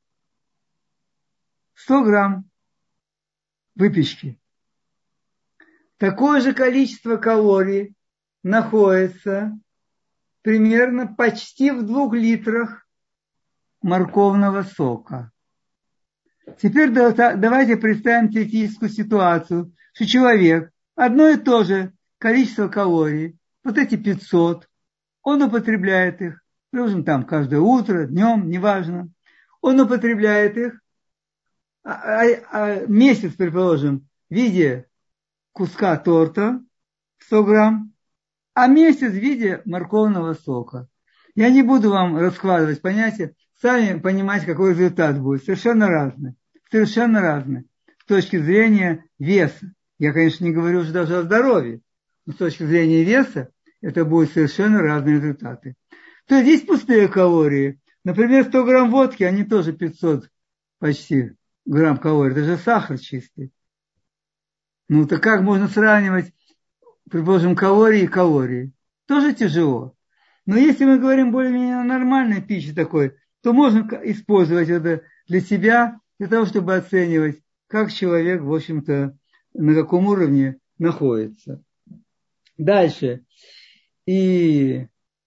сто грамм выпечки. Такое же количество калорий находится примерно почти в двух литрах морковного сока. Теперь давайте представим теоретическую ситуацию, что человек одно и то же количество калорий, вот эти пятьсот, он употребляет их, предположим, там каждое утро, днем, неважно, он употребляет их, а, а, а месяц, предположим, в виде куска торта сто грамм, а месяц в виде морковного сока. Я не буду вам раскладывать понятия, сами понимаете, какой результат будет. Совершенно разный. Совершенно разный. С точки зрения веса. Я, конечно, не говорю уже даже о здоровье. Но с точки зрения веса это будут совершенно разные результаты. То есть здесь пустые калории. Например, сто грамм водки, они тоже пятьсот почти грамм калорий. Это же сахар чистый. Ну, так как можно сравнивать, предположим, калории и калории? Тоже тяжело. Но если мы говорим более-менее о нормальной пище такой, то можно использовать это для себя, для того, чтобы оценивать, как человек, в общем-то, на каком уровне находится. Дальше. И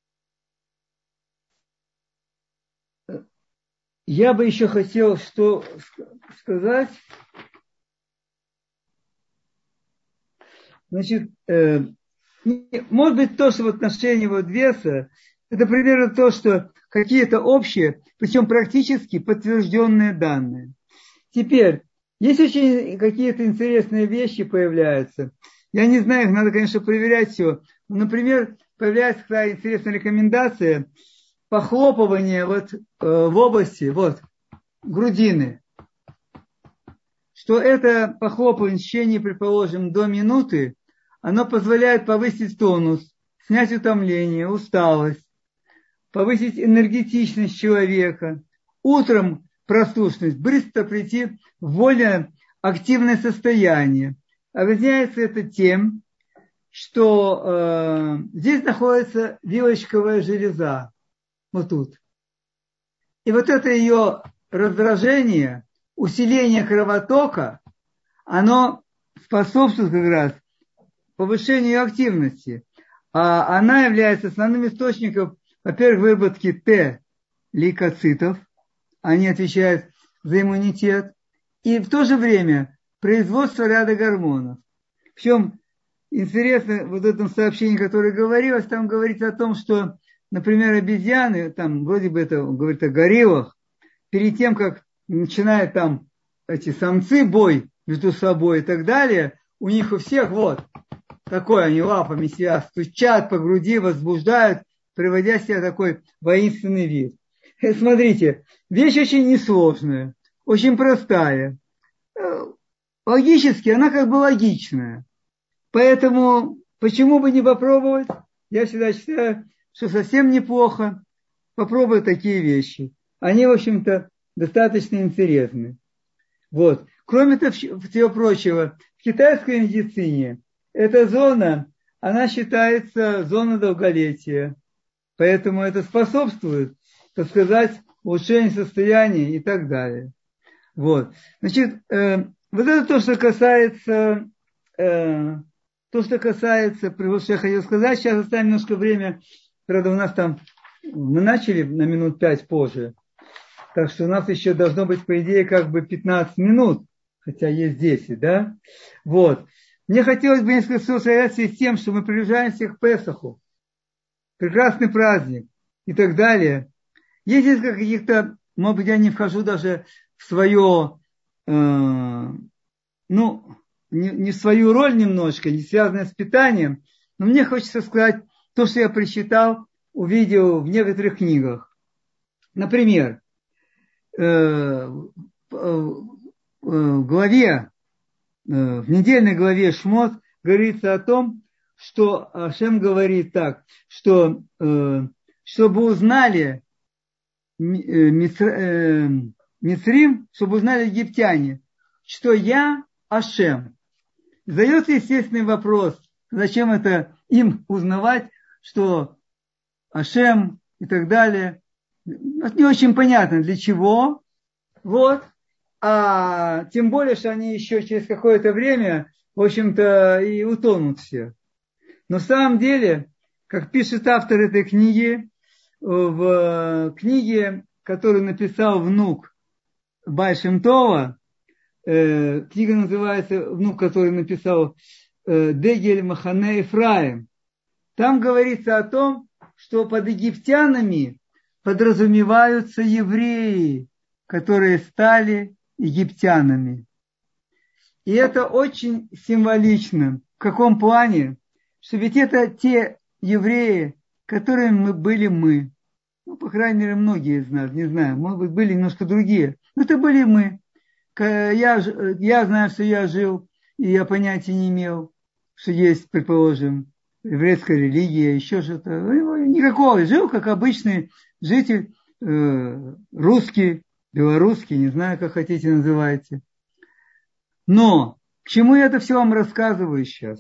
я бы еще хотел что сказать. Значит, э, может быть, то, что в отношении вот веса, это примерно то, что какие-то общие, причем практически подтвержденные данные. Теперь, есть очень какие-то интересные вещи появляются. Я не знаю, их надо, конечно, проверять все. Но, например, появляется такая интересная рекомендация похлопывание вот, э, в области вот, грудины. Что это похлопывание в течение, предположим, до минуты, оно позволяет повысить тонус, снять утомление, усталость, повысить энергетичность человека, утром простуженность, быстро прийти в более активное состояние. Объясняется это тем, что э, здесь находится вилочковая железа, вот тут. И вот это ее раздражение, усиление кровотока, оно способствует как раз повышению активности. А она является основным источником, во-первых, выработки Т-лейкоцитов, они отвечают за иммунитет, и в то же время производство ряда гормонов. Причем интересно, вот в этом сообщении, которое говорилось, там говорится о том, что, например, обезьяны, там вроде бы это говорит о гориллах, перед тем, как начинают там эти самцы бой между собой и так далее, у них у всех вот такое, они лапами себя стучат по груди, возбуждают, приводя себя в такой воинственный вид. Смотрите, вещь очень несложная, очень простая. Логически она как бы логичная. Поэтому почему бы не попробовать? Я всегда считаю, что совсем неплохо попробовать такие вещи. Они, в общем-то, достаточно интересны. Вот. Кроме того, всего прочего, в китайской медицине эта зона, она считается зоной долголетия. Поэтому это способствует, так сказать, улучшению состояния и так далее. Вот. Значит, э, вот это то, что касается, э, то, что касается, вот что я хотел сказать. Сейчас оставим немножко время. Правда, у нас там, мы начали на минут пять позже. Так что у нас еще должно быть, по идее, как бы пятнадцать минут, хотя есть десять, да? Вот. Мне хотелось бы несколько слов сказать с тем, что мы приближаемся к Песаху. Прекрасный праздник и так далее. Есть несколько каких-то, может быть, я не вхожу даже в свое, э, ну, не, не в свою роль немножко, не связанное с питанием, но мне хочется сказать то, что я прочитал, увидел в некоторых книгах. Например, э, в главе, в недельной главе Шмот говорится о том, что Ашем говорит так, что чтобы узнали Мицрим, чтобы узнали египтяне, что я Ашем. Задается естественный вопрос, зачем это им узнавать, что Ашем и так далее. Не очень понятно, для чего. Вот. А тем более, что они еще через какое-то время, в общем-то, и утонут все. Но в самом деле, как пишет автор этой книги, в книге, которую написал внук Бааль Шем Това, э, книга называется, внук, который написал э, Дегель Махане Ефраим, там говорится о том, что под египтянами подразумеваются евреи, которые стали египтянами. И это очень символично. В каком плане? Что ведь это те евреи, которыми мы были мы. Ну, по крайней мере, многие из нас, не знаю, может быть, были немножко другие. Но это были мы. Я, я знаю, что я жил, и я понятия не имел, что есть, предположим, еврейская религия, еще что-то. Никакого. Жил, как обычный житель, э, русский, белорусский, не знаю, как хотите называйте. Но к чему я это все вам рассказываю сейчас?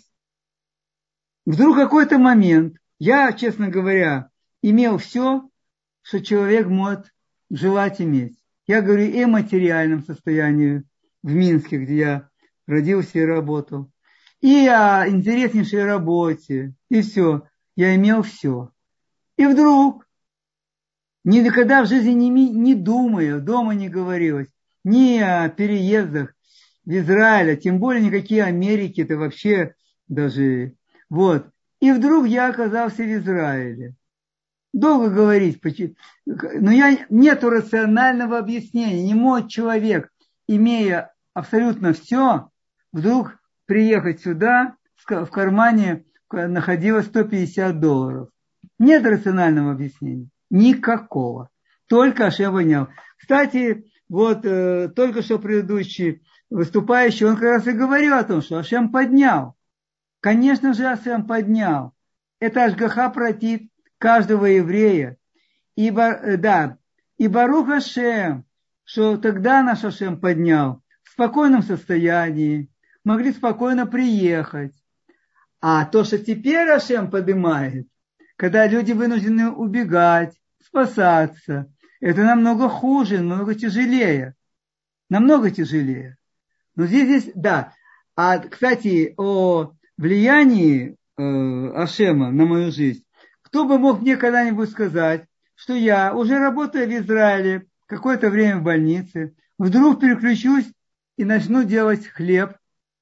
Вдруг какой-то момент, я, честно говоря, имел все, что человек может желать иметь. Я говорю и о материальном состоянии в Минске, где я родился и работал, и о интереснейшей работе, и все. Я имел все. И вдруг, никогда в жизни не, не думая, дома не говорилось, ни о переездах в Израиль, тем более никакие Америки, это вообще даже... Вот. И вдруг я оказался в Израиле. Долго говорить, но я, нету рационального объяснения. Не может человек, имея абсолютно все, вдруг приехать сюда, в кармане находилось сто пятьдесят долларов. Нет рационального объяснения. Никакого. Только Ашем понял. Кстати, вот э, только что предыдущий выступающий, он как раз и говорил о том, что Ашем поднял. Конечно же, Ашем поднял. Это Ашгаха протит каждого еврея. И, да, и Барух Ашем, что тогда наш Ашем поднял в спокойном состоянии, могли спокойно приехать. А то, что теперь Ашем поднимает, когда люди вынуждены убегать, спасаться, это намного хуже, намного тяжелее. Намного тяжелее. Но здесь, здесь да. А, кстати, о влиянии э, Ашема на мою жизнь. Кто бы мог мне когда-нибудь сказать, что я, уже работая в Израиле, какое-то время в больнице, вдруг переключусь и начну делать хлеб?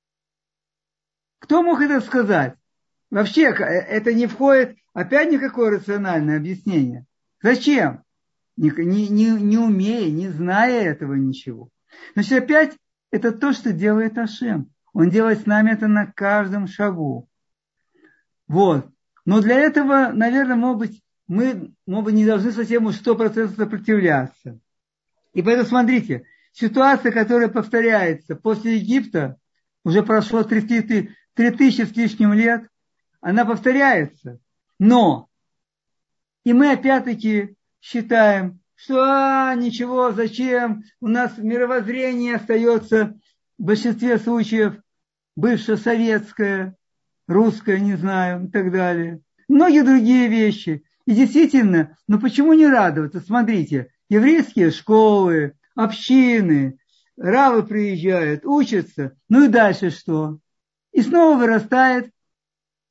Кто мог это сказать? Вообще, это не входит, опять никакое рациональное объяснение. Зачем? Не, не, не, не умея, не зная этого ничего. Значит, опять это то, что делает Ашем. Он делает с нами это на каждом шагу. Вот. Но для этого, наверное, может быть, мы, может быть, не должны совсем уж сто процентов сопротивляться. И поэтому, смотрите, ситуация, которая повторяется после Египта, уже прошло три тысячи с лишним лет, она повторяется. Но и мы опять-таки считаем, что а, ничего, зачем, у нас мировоззрение остается в большинстве случаев бывшее советское, русское, не знаю, и так далее. Многие другие вещи. И действительно, ну почему не радоваться? Смотрите, еврейские школы, общины, раввы приезжают, учатся, ну и дальше что? И снова вырастает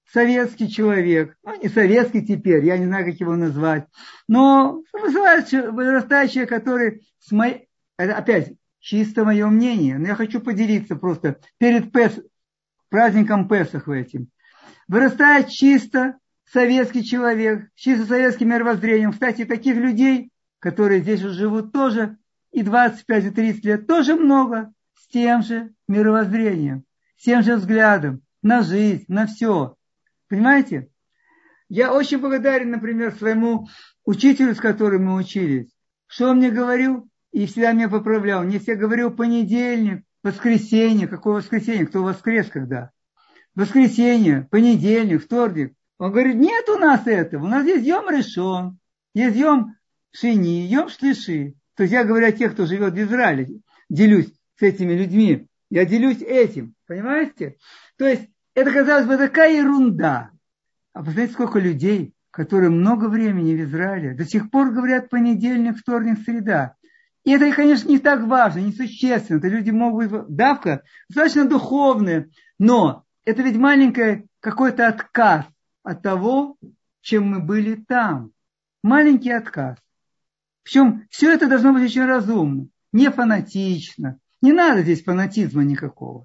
советский человек, ну, не советский теперь, я не знаю, как его назвать, но вырастающий, который, с моей, это опять чисто мое мнение, но я хочу поделиться просто перед Пес, праздником Песах этим. Вырастает чисто советский человек, чисто советским мировоззрением. Кстати, таких людей, которые здесь уже живут тоже, и двадцать пять, и тридцать лет, тоже много, с тем же мировоззрением, с тем же взглядом на жизнь, на все. Понимаете? Я очень благодарен, например, своему учителю, с которым мы учились. Что он мне говорил? И всегда меня поправлял. Мне всегда говорил понедельник, воскресенье. Какое воскресенье? Кто воскрес когда? Воскресенье, понедельник, вторник. Он говорит, нет у нас этого. У нас есть Йом Ришон, есть Йом Шини, Йом Шлиши. То есть я говорю о тех, кто живет в Израиле. Делюсь с этими людьми. Я делюсь этим. Понимаете? То есть это, казалось бы, такая ерунда. А посмотрите, сколько людей, которые много времени в Израиле, до сих пор говорят понедельник, вторник, среда. И это, конечно, не так важно, не существенно. Это люди могут быть, давка достаточно духовная, но это ведь маленький какой-то отказ от того, чем мы были там. Маленький отказ. Причем все это должно быть очень разумно, не фанатично. Не надо здесь фанатизма никакого.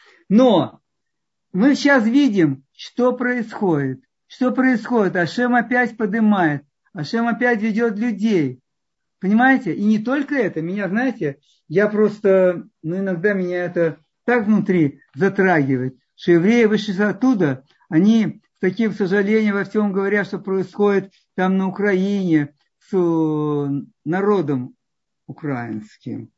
Но мы сейчас видим, что происходит. Что происходит? Ашем опять поднимает. Ашем опять ведет людей. Понимаете? И не только это. Меня, знаете, я просто, ну, иногда меня это так внутри затрагивает, что евреи вышли оттуда, они с таким сожалением во всем говорят, что происходит там на Украине с народом украинским,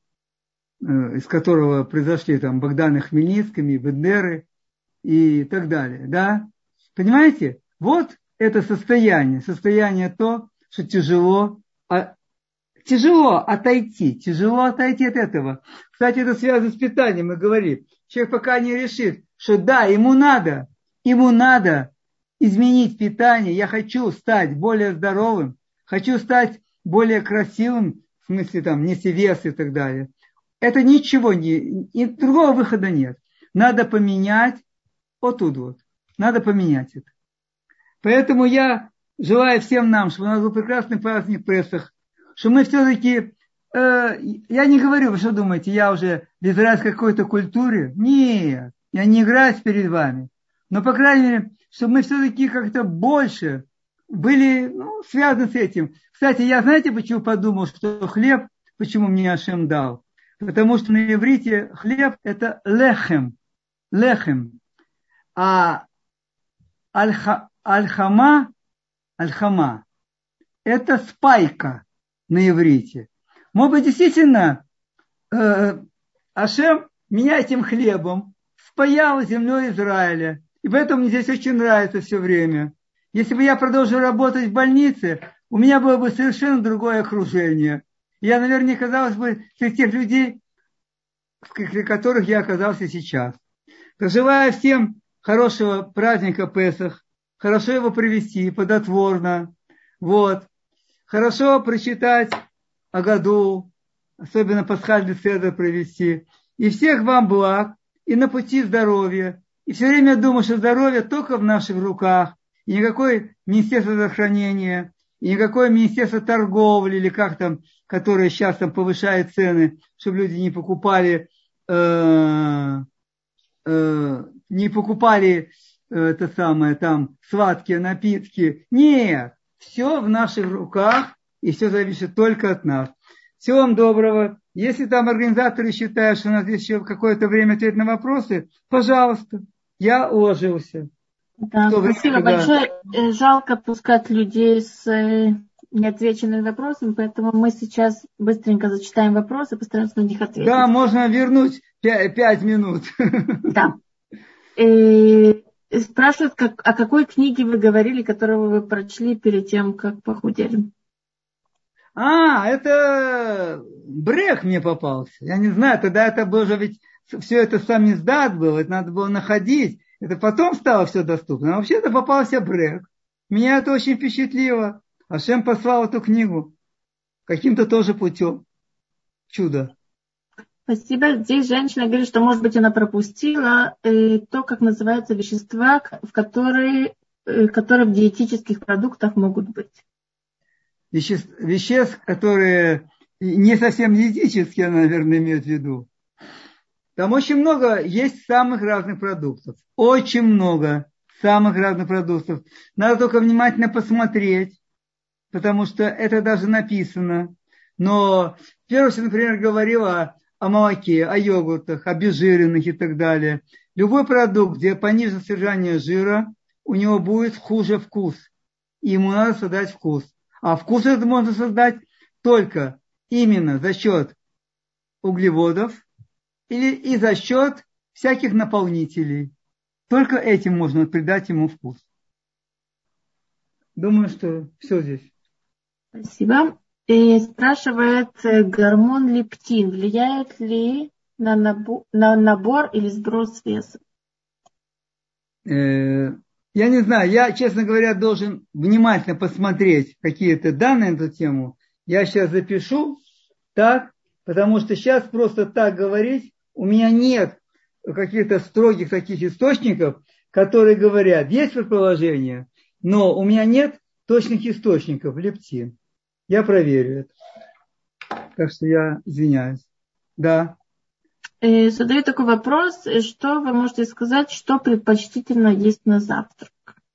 из которого произошли там Богданы Хмельницкими, Бендеры и так далее. Да? Понимаете? Вот это состояние. Состояние то, что тяжело, а, тяжело отойти. Тяжело отойти от этого. Кстати, это связано с питанием. Мы говорили, человек пока не решит, что да, ему надо, ему надо изменить питание. Я хочу стать более здоровым, хочу стать более красивым, в смысле там нести вес и так далее. Это ничего не, и другого выхода нет. Надо поменять вот тут вот. Надо поменять это. Поэтому я желаю всем нам, чтобы у нас был прекрасный праздник Песах, что мы все-таки, э, я не говорю, вы что думаете, я уже в израильской какой-то культуре? Нет, я не играюсь перед вами. Но, по крайней мере, чтобы мы все-таки как-то больше были, ну, связаны с этим. Кстати, я знаете, почему подумал, что хлеб, почему мне Ашем дал? Потому что на иврите хлеб – это лехем, лехем. А альха, альхама, альхама – это спайка на иврите. Может быть, действительно, э, Ашем меня этим хлебом спаял землей Израиля. И поэтому мне здесь очень нравится все время. Если бы я продолжил работать в больнице, у меня было бы совершенно другое окружение. Я, наверное, не оказалась бы среди тех людей, среди которых я оказался сейчас. Желаю всем хорошего праздника Песах, хорошо его провести, плодотворно. Вот. Хорошо прочитать о году, особенно пасхальный седер провести. И всех вам благ, и на пути здоровья. И все время думаю, что здоровье только в наших руках. И никакое министерство здравоохранения, и никакое министерство торговли, или как там, которое сейчас там повышает цены, чтобы люди не покупали, э, э, не покупали э, это самое, там, сладкие напитки. Нет, все в наших руках, и все зависит только от нас. Всего вам доброго. Если там организаторы считают, что у нас здесь еще какое-то время ответить на вопросы, пожалуйста, я уложился. Да, спасибо время, большое. Да. Жалко пускать людей с неотвеченными вопросами, поэтому мы сейчас быстренько зачитаем вопросы, постараемся на них ответить. Да, можно вернуть пять минут. Да. И спрашивают, как, о какой книге вы говорили, которую вы прочли перед тем, как похудели. А, это Брех мне попался. Я не знаю, тогда это было же ведь все это сам издат был, это надо было находить. Это потом стало все доступно. А вообще-то попался Брех. Меня это очень впечатлило. Ашем послал эту книгу каким-то тоже путем. Чудо. Спасибо. Здесь женщина говорит, что, может быть, она пропустила э, то, как называются вещества, в которые, э, которые в диетических продуктах могут быть. Веществ, веществ, которые не совсем диетические, она, наверное, имеет в виду. Там очень много есть самых разных продуктов. Очень много самых разных продуктов. Надо только внимательно посмотреть, потому что это даже написано. Но первое, например, говорила о молоке, о йогуртах, обезжиренных и так далее. Любой продукт, где понижено содержание жира, у него будет хуже вкус. И ему надо создать вкус. А вкус это можно создать только именно за счет углеводов или и за счет всяких наполнителей. Только этим можно придать ему вкус. Думаю, что все здесь. Спасибо. И спрашивает, гормон лептин влияет ли на набор, на набор или сброс веса? Э, я не знаю, я, честно говоря, должен внимательно посмотреть какие-то данные на эту тему. Я сейчас запишу так, потому что сейчас просто так говорить, у меня нет каких-то строгих таких источников, которые говорят, есть предположение, но у меня нет точных источников лептин. Я проверю это. Так что я извиняюсь. Да. И задаю такой вопрос, что вы можете сказать, что предпочтительно есть на завтрак?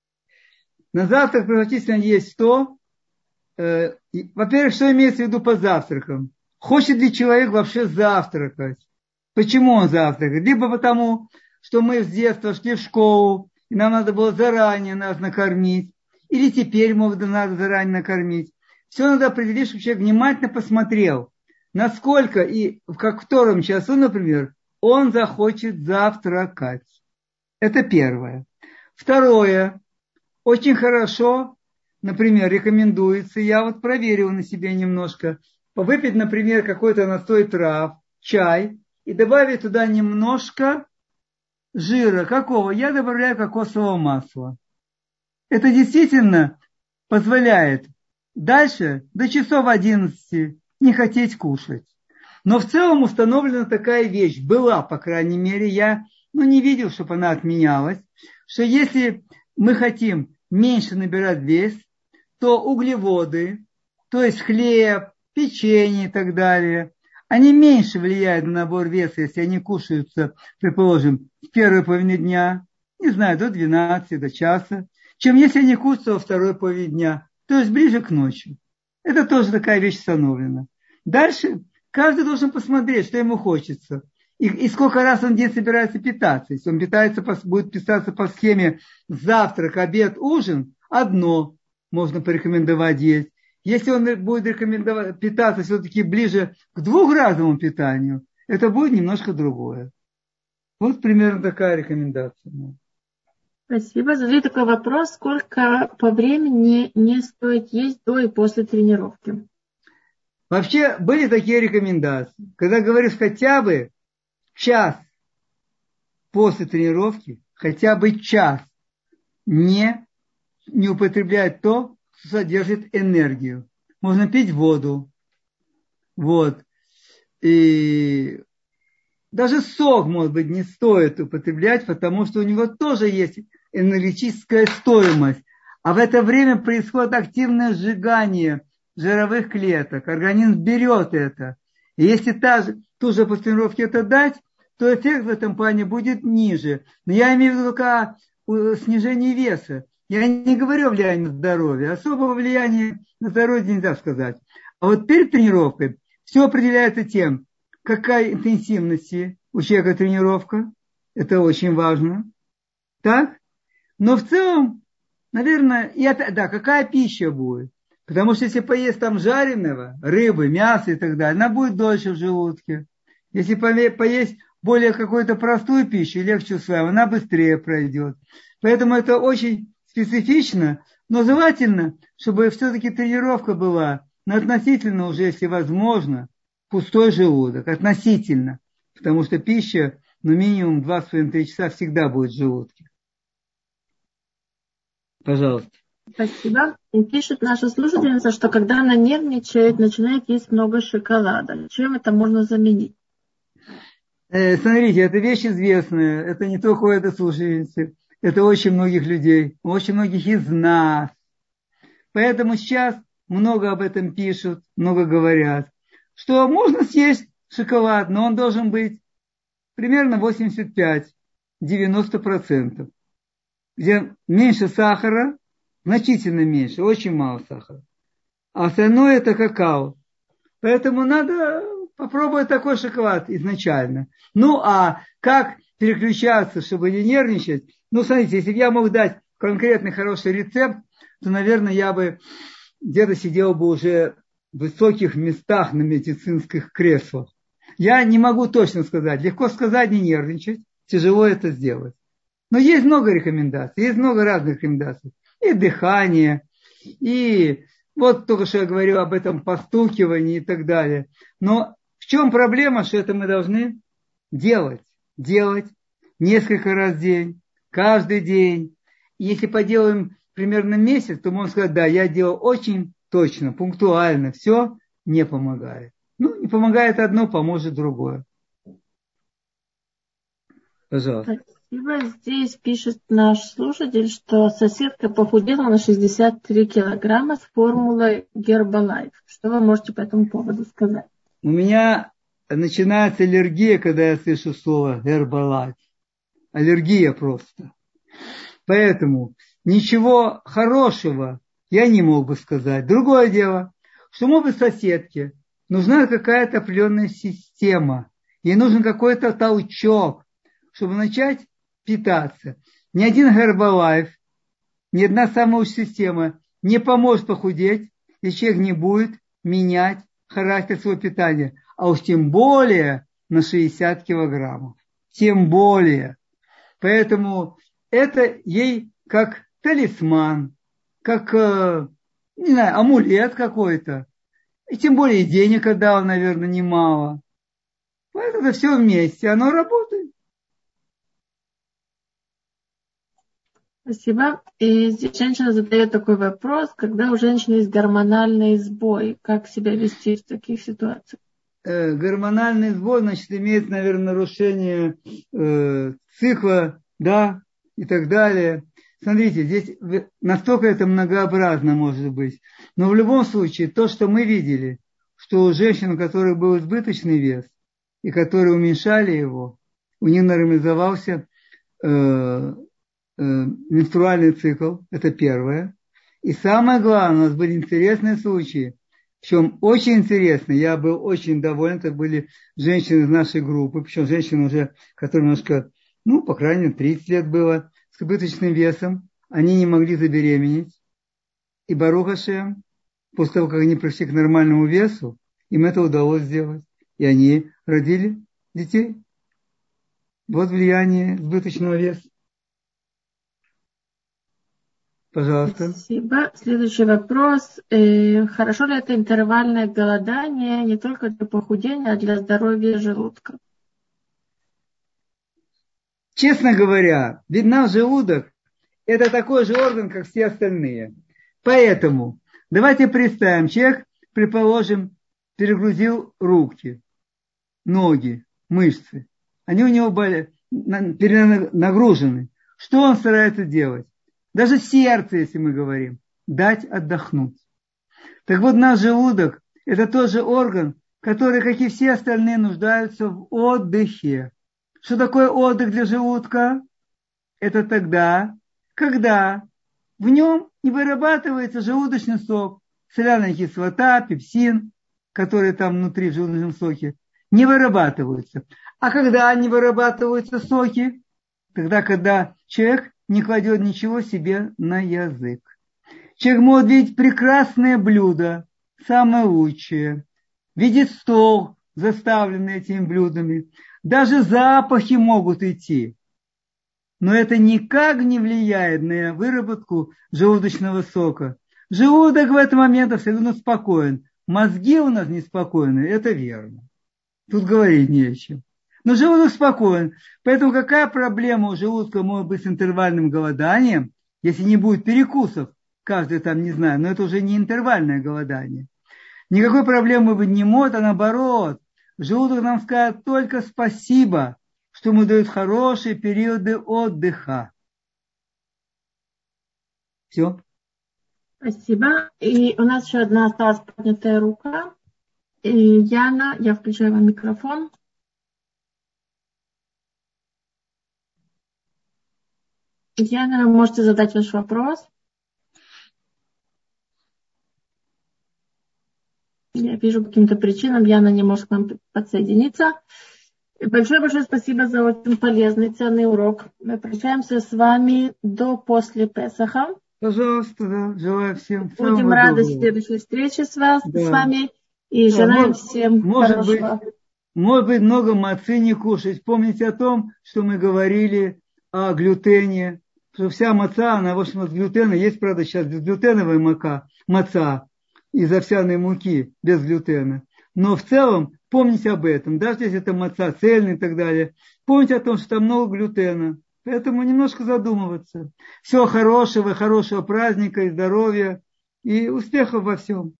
На завтрак предпочтительно есть что? Э, во-первых, что имеется в виду по завтракам? Хочет ли человек вообще завтракать? Почему он завтракает? Либо потому, что мы с детства шли в школу, и нам надо было заранее нас накормить, или теперь, может, надо заранее накормить. Все надо определить, чтобы человек внимательно посмотрел, насколько и в котором часу, например, он захочет завтракать. Это первое. Второе. Очень хорошо, например, рекомендуется, я вот проверил на себе немножко, выпить, например, какой-то настой трав, чай, и добавить туда немножко жира. Какого? Я добавляю кокосового масла. Это действительно позволяет дальше до часов одиннадцати не хотеть кушать. Но в целом установлена такая вещь, была, по крайней мере, я ну, не видел, чтобы она отменялась, что если мы хотим меньше набирать вес, то углеводы, то есть хлеб, печенье и так далее, они меньше влияют на набор веса, если они кушаются, предположим, в первой половине дня, не знаю, до двенадцати, до часа, чем если они кушаются во второй половине дня, то есть ближе к ночи. Это тоже такая вещь установлена. Дальше каждый должен посмотреть, что ему хочется. И, и сколько раз он в день собирается питаться. Если он питается, будет питаться по схеме завтрак, обед, ужин, одно можно порекомендовать есть. Если он будет рекомендовать питаться все-таки ближе к двухразовому питанию, это будет немножко другое. Вот примерно такая рекомендация. Спасибо. Задаю такой вопрос. Сколько по времени не стоит есть до и после тренировки? Вообще были такие рекомендации. Когда говоришь хотя бы час после тренировки, хотя бы час не, не употреблять то, что содержит энергию. Можно пить воду. Вот. И даже сок, может быть, не стоит употреблять, потому что у него тоже есть энергетическая стоимость. А в это время происходит активное сжигание жировых клеток. Организм берет это. И если та же, ту же после тренировки это дать, то эффект в этом плане будет ниже. Но я имею в виду только снижение веса. Я не говорю о влиянии на здоровье. Особого влияния на здоровье нельзя сказать. А вот перед тренировкой все определяется тем, какая интенсивность у человека тренировка. Это очень важно. Так? Но в целом, наверное, и это, да, какая пища будет. Потому что если поесть там жареного, рыбы, мяса и так далее, она будет дольше в желудке. Если поесть более какую-то простую пищу, легче усваивать, она быстрее пройдет. Поэтому это очень специфично, но желательно, чтобы все-таки тренировка была на относительно уже, если возможно, пустой желудок. Относительно. Потому что пища, ну, минимум два с половиной-три часа всегда будет в желудке. Пожалуйста. Спасибо. И пишет наша слушательница, что когда она нервничает, начинает есть много шоколада. Чем это можно заменить? Э, смотрите, это вещь известная. Это не только у этой слушательницы. Это очень многих людей. Очень многих из нас. Поэтому сейчас много об этом пишут, много говорят. Что можно съесть шоколад, но он должен быть примерно восемьдесят пять - девяносто процентов. Где меньше сахара, значительно меньше, очень мало сахара. А остальное это какао. Поэтому надо попробовать такой шоколад изначально. Ну, а как переключаться, чтобы не нервничать? Ну, смотрите, если бы я мог дать конкретный хороший рецепт, то, наверное, я бы где-то сидел бы уже в высоких местах на медицинских креслах. Я не могу точно сказать. Легко сказать, не нервничать. Тяжело это сделать. Но есть много рекомендаций. Есть много разных рекомендаций. И дыхание, и вот только что я говорил об этом постукивании и так далее. Но в чем проблема, что это мы должны делать? Делать несколько раз в день, каждый день. И если поделаем примерно месяц, то можно сказать, да, я делал очень точно, пунктуально. Все не помогает. Ну, не помогает одно, поможет другое. Пожалуйста. Спасибо. Здесь пишет наш слушатель, что соседка похудела на шестьдесят три килограмма с формулой Herbalife. Что вы можете по этому поводу сказать? У меня начинается аллергия, когда я слышу слово Herbalife. Аллергия просто. Поэтому ничего хорошего я не мог бы сказать. Другое дело, что, может быть, соседке нужна какая-то определенная система. Ей нужен какой-то толчок, чтобы начать питаться. Ни один Herbalife, ни одна самоуч-система не поможет похудеть, если человек не будет менять характер своего питания. А уж тем более на шестьдесят килограммов. Тем более. Поэтому это ей как талисман, как, не знаю, амулет какой-то. И тем более денег отдал, наверное, немало. Поэтому это все вместе, оно работает. Спасибо. И здесь женщина задает такой вопрос, когда у женщины есть гормональный сбой, как себя вести в таких ситуациях? Э, гормональный сбой, значит, имеет, наверное, нарушение э, цикла, да, и так далее. Смотрите, здесь настолько это многообразно может быть. Но в любом случае, то, что мы видели, что у женщин, у которых был избыточный вес, и которые уменьшали его, у них нормализовался э, менструальный цикл, это первое. И самое главное, у нас были интересные случаи, причем очень интересные, я был очень доволен, это были женщины из нашей группы, причем женщины уже, которые немножко, ну, по крайней мере, тридцать лет было, с избыточным весом, они не могли забеременеть. И Барух Ашем, после того, как они пришли к нормальному весу, им это удалось сделать. И они родили детей. Вот влияние избыточного веса. Пожалуйста. Спасибо. Следующий вопрос. Э, хорошо ли это интервальное голодание не только для похудения, а для здоровья желудка? Честно говоря, ведь наш желудок – это такой же орган, как все остальные. Поэтому давайте представим, человек, предположим, перегрузил руки, ноги, мышцы. Они у него были перенагружены. Что он старается делать? Даже сердце, если мы говорим, дать отдохнуть. Так вот, наш желудок – это тот же орган, который, как и все остальные, нуждаются в отдыхе. Что такое отдых для желудка? Это тогда, когда в нем не вырабатывается желудочный сок, соляная кислота, пепсин, которые там внутри в желудочном соке, не вырабатываются. А когда не вырабатываются соки? Тогда, когда человек не кладет ничего себе на язык. Человек может видеть прекрасное блюдо, самое лучшее, видит стол, заставленный этими блюдами. Даже запахи могут идти. Но это никак не влияет на выработку желудочного сока. Желудок в этот момент абсолютно спокоен. Мозги у нас неспокойны, это верно. Тут говорить не о чем. Но желудок спокоен. Поэтому какая проблема у желудка может быть с интервальным голоданием, если не будет перекусов? Каждый там, не знаю, но это уже не интервальное голодание. Никакой проблемы быть не может, а наоборот. Желудок нам скажет только спасибо, что ему дают хорошие периоды отдыха. Все. Спасибо. И у нас еще одна осталась поднятая рука. И Яна, я включаю вам микрофон. Яна, вы можете задать ваш вопрос. Я вижу, по каким-то причинам Яна не может к нам подсоединиться. Большое-большое спасибо за очень полезный, ценный урок. Мы прощаемся с вами до после Песаха. Пожалуйста, да. Желаю всем Будем самого рады доброго. следующей встрече с, вас, Да. с вами. И Да, желаем может, всем может хорошего. Быть, может быть, много мацы не кушать. Помните о том, что мы говорили о глютене. Что вся маца, она, в общем, от глютена. Есть, правда, сейчас безглютеновая мака, маца из овсяной муки, без глютена. Но в целом, помните об этом. Даже если это маца цельный и так далее. Помните о том, что там много глютена. Поэтому немножко задумываться. Всего хорошего, хорошего праздника и здоровья. И успехов во всем.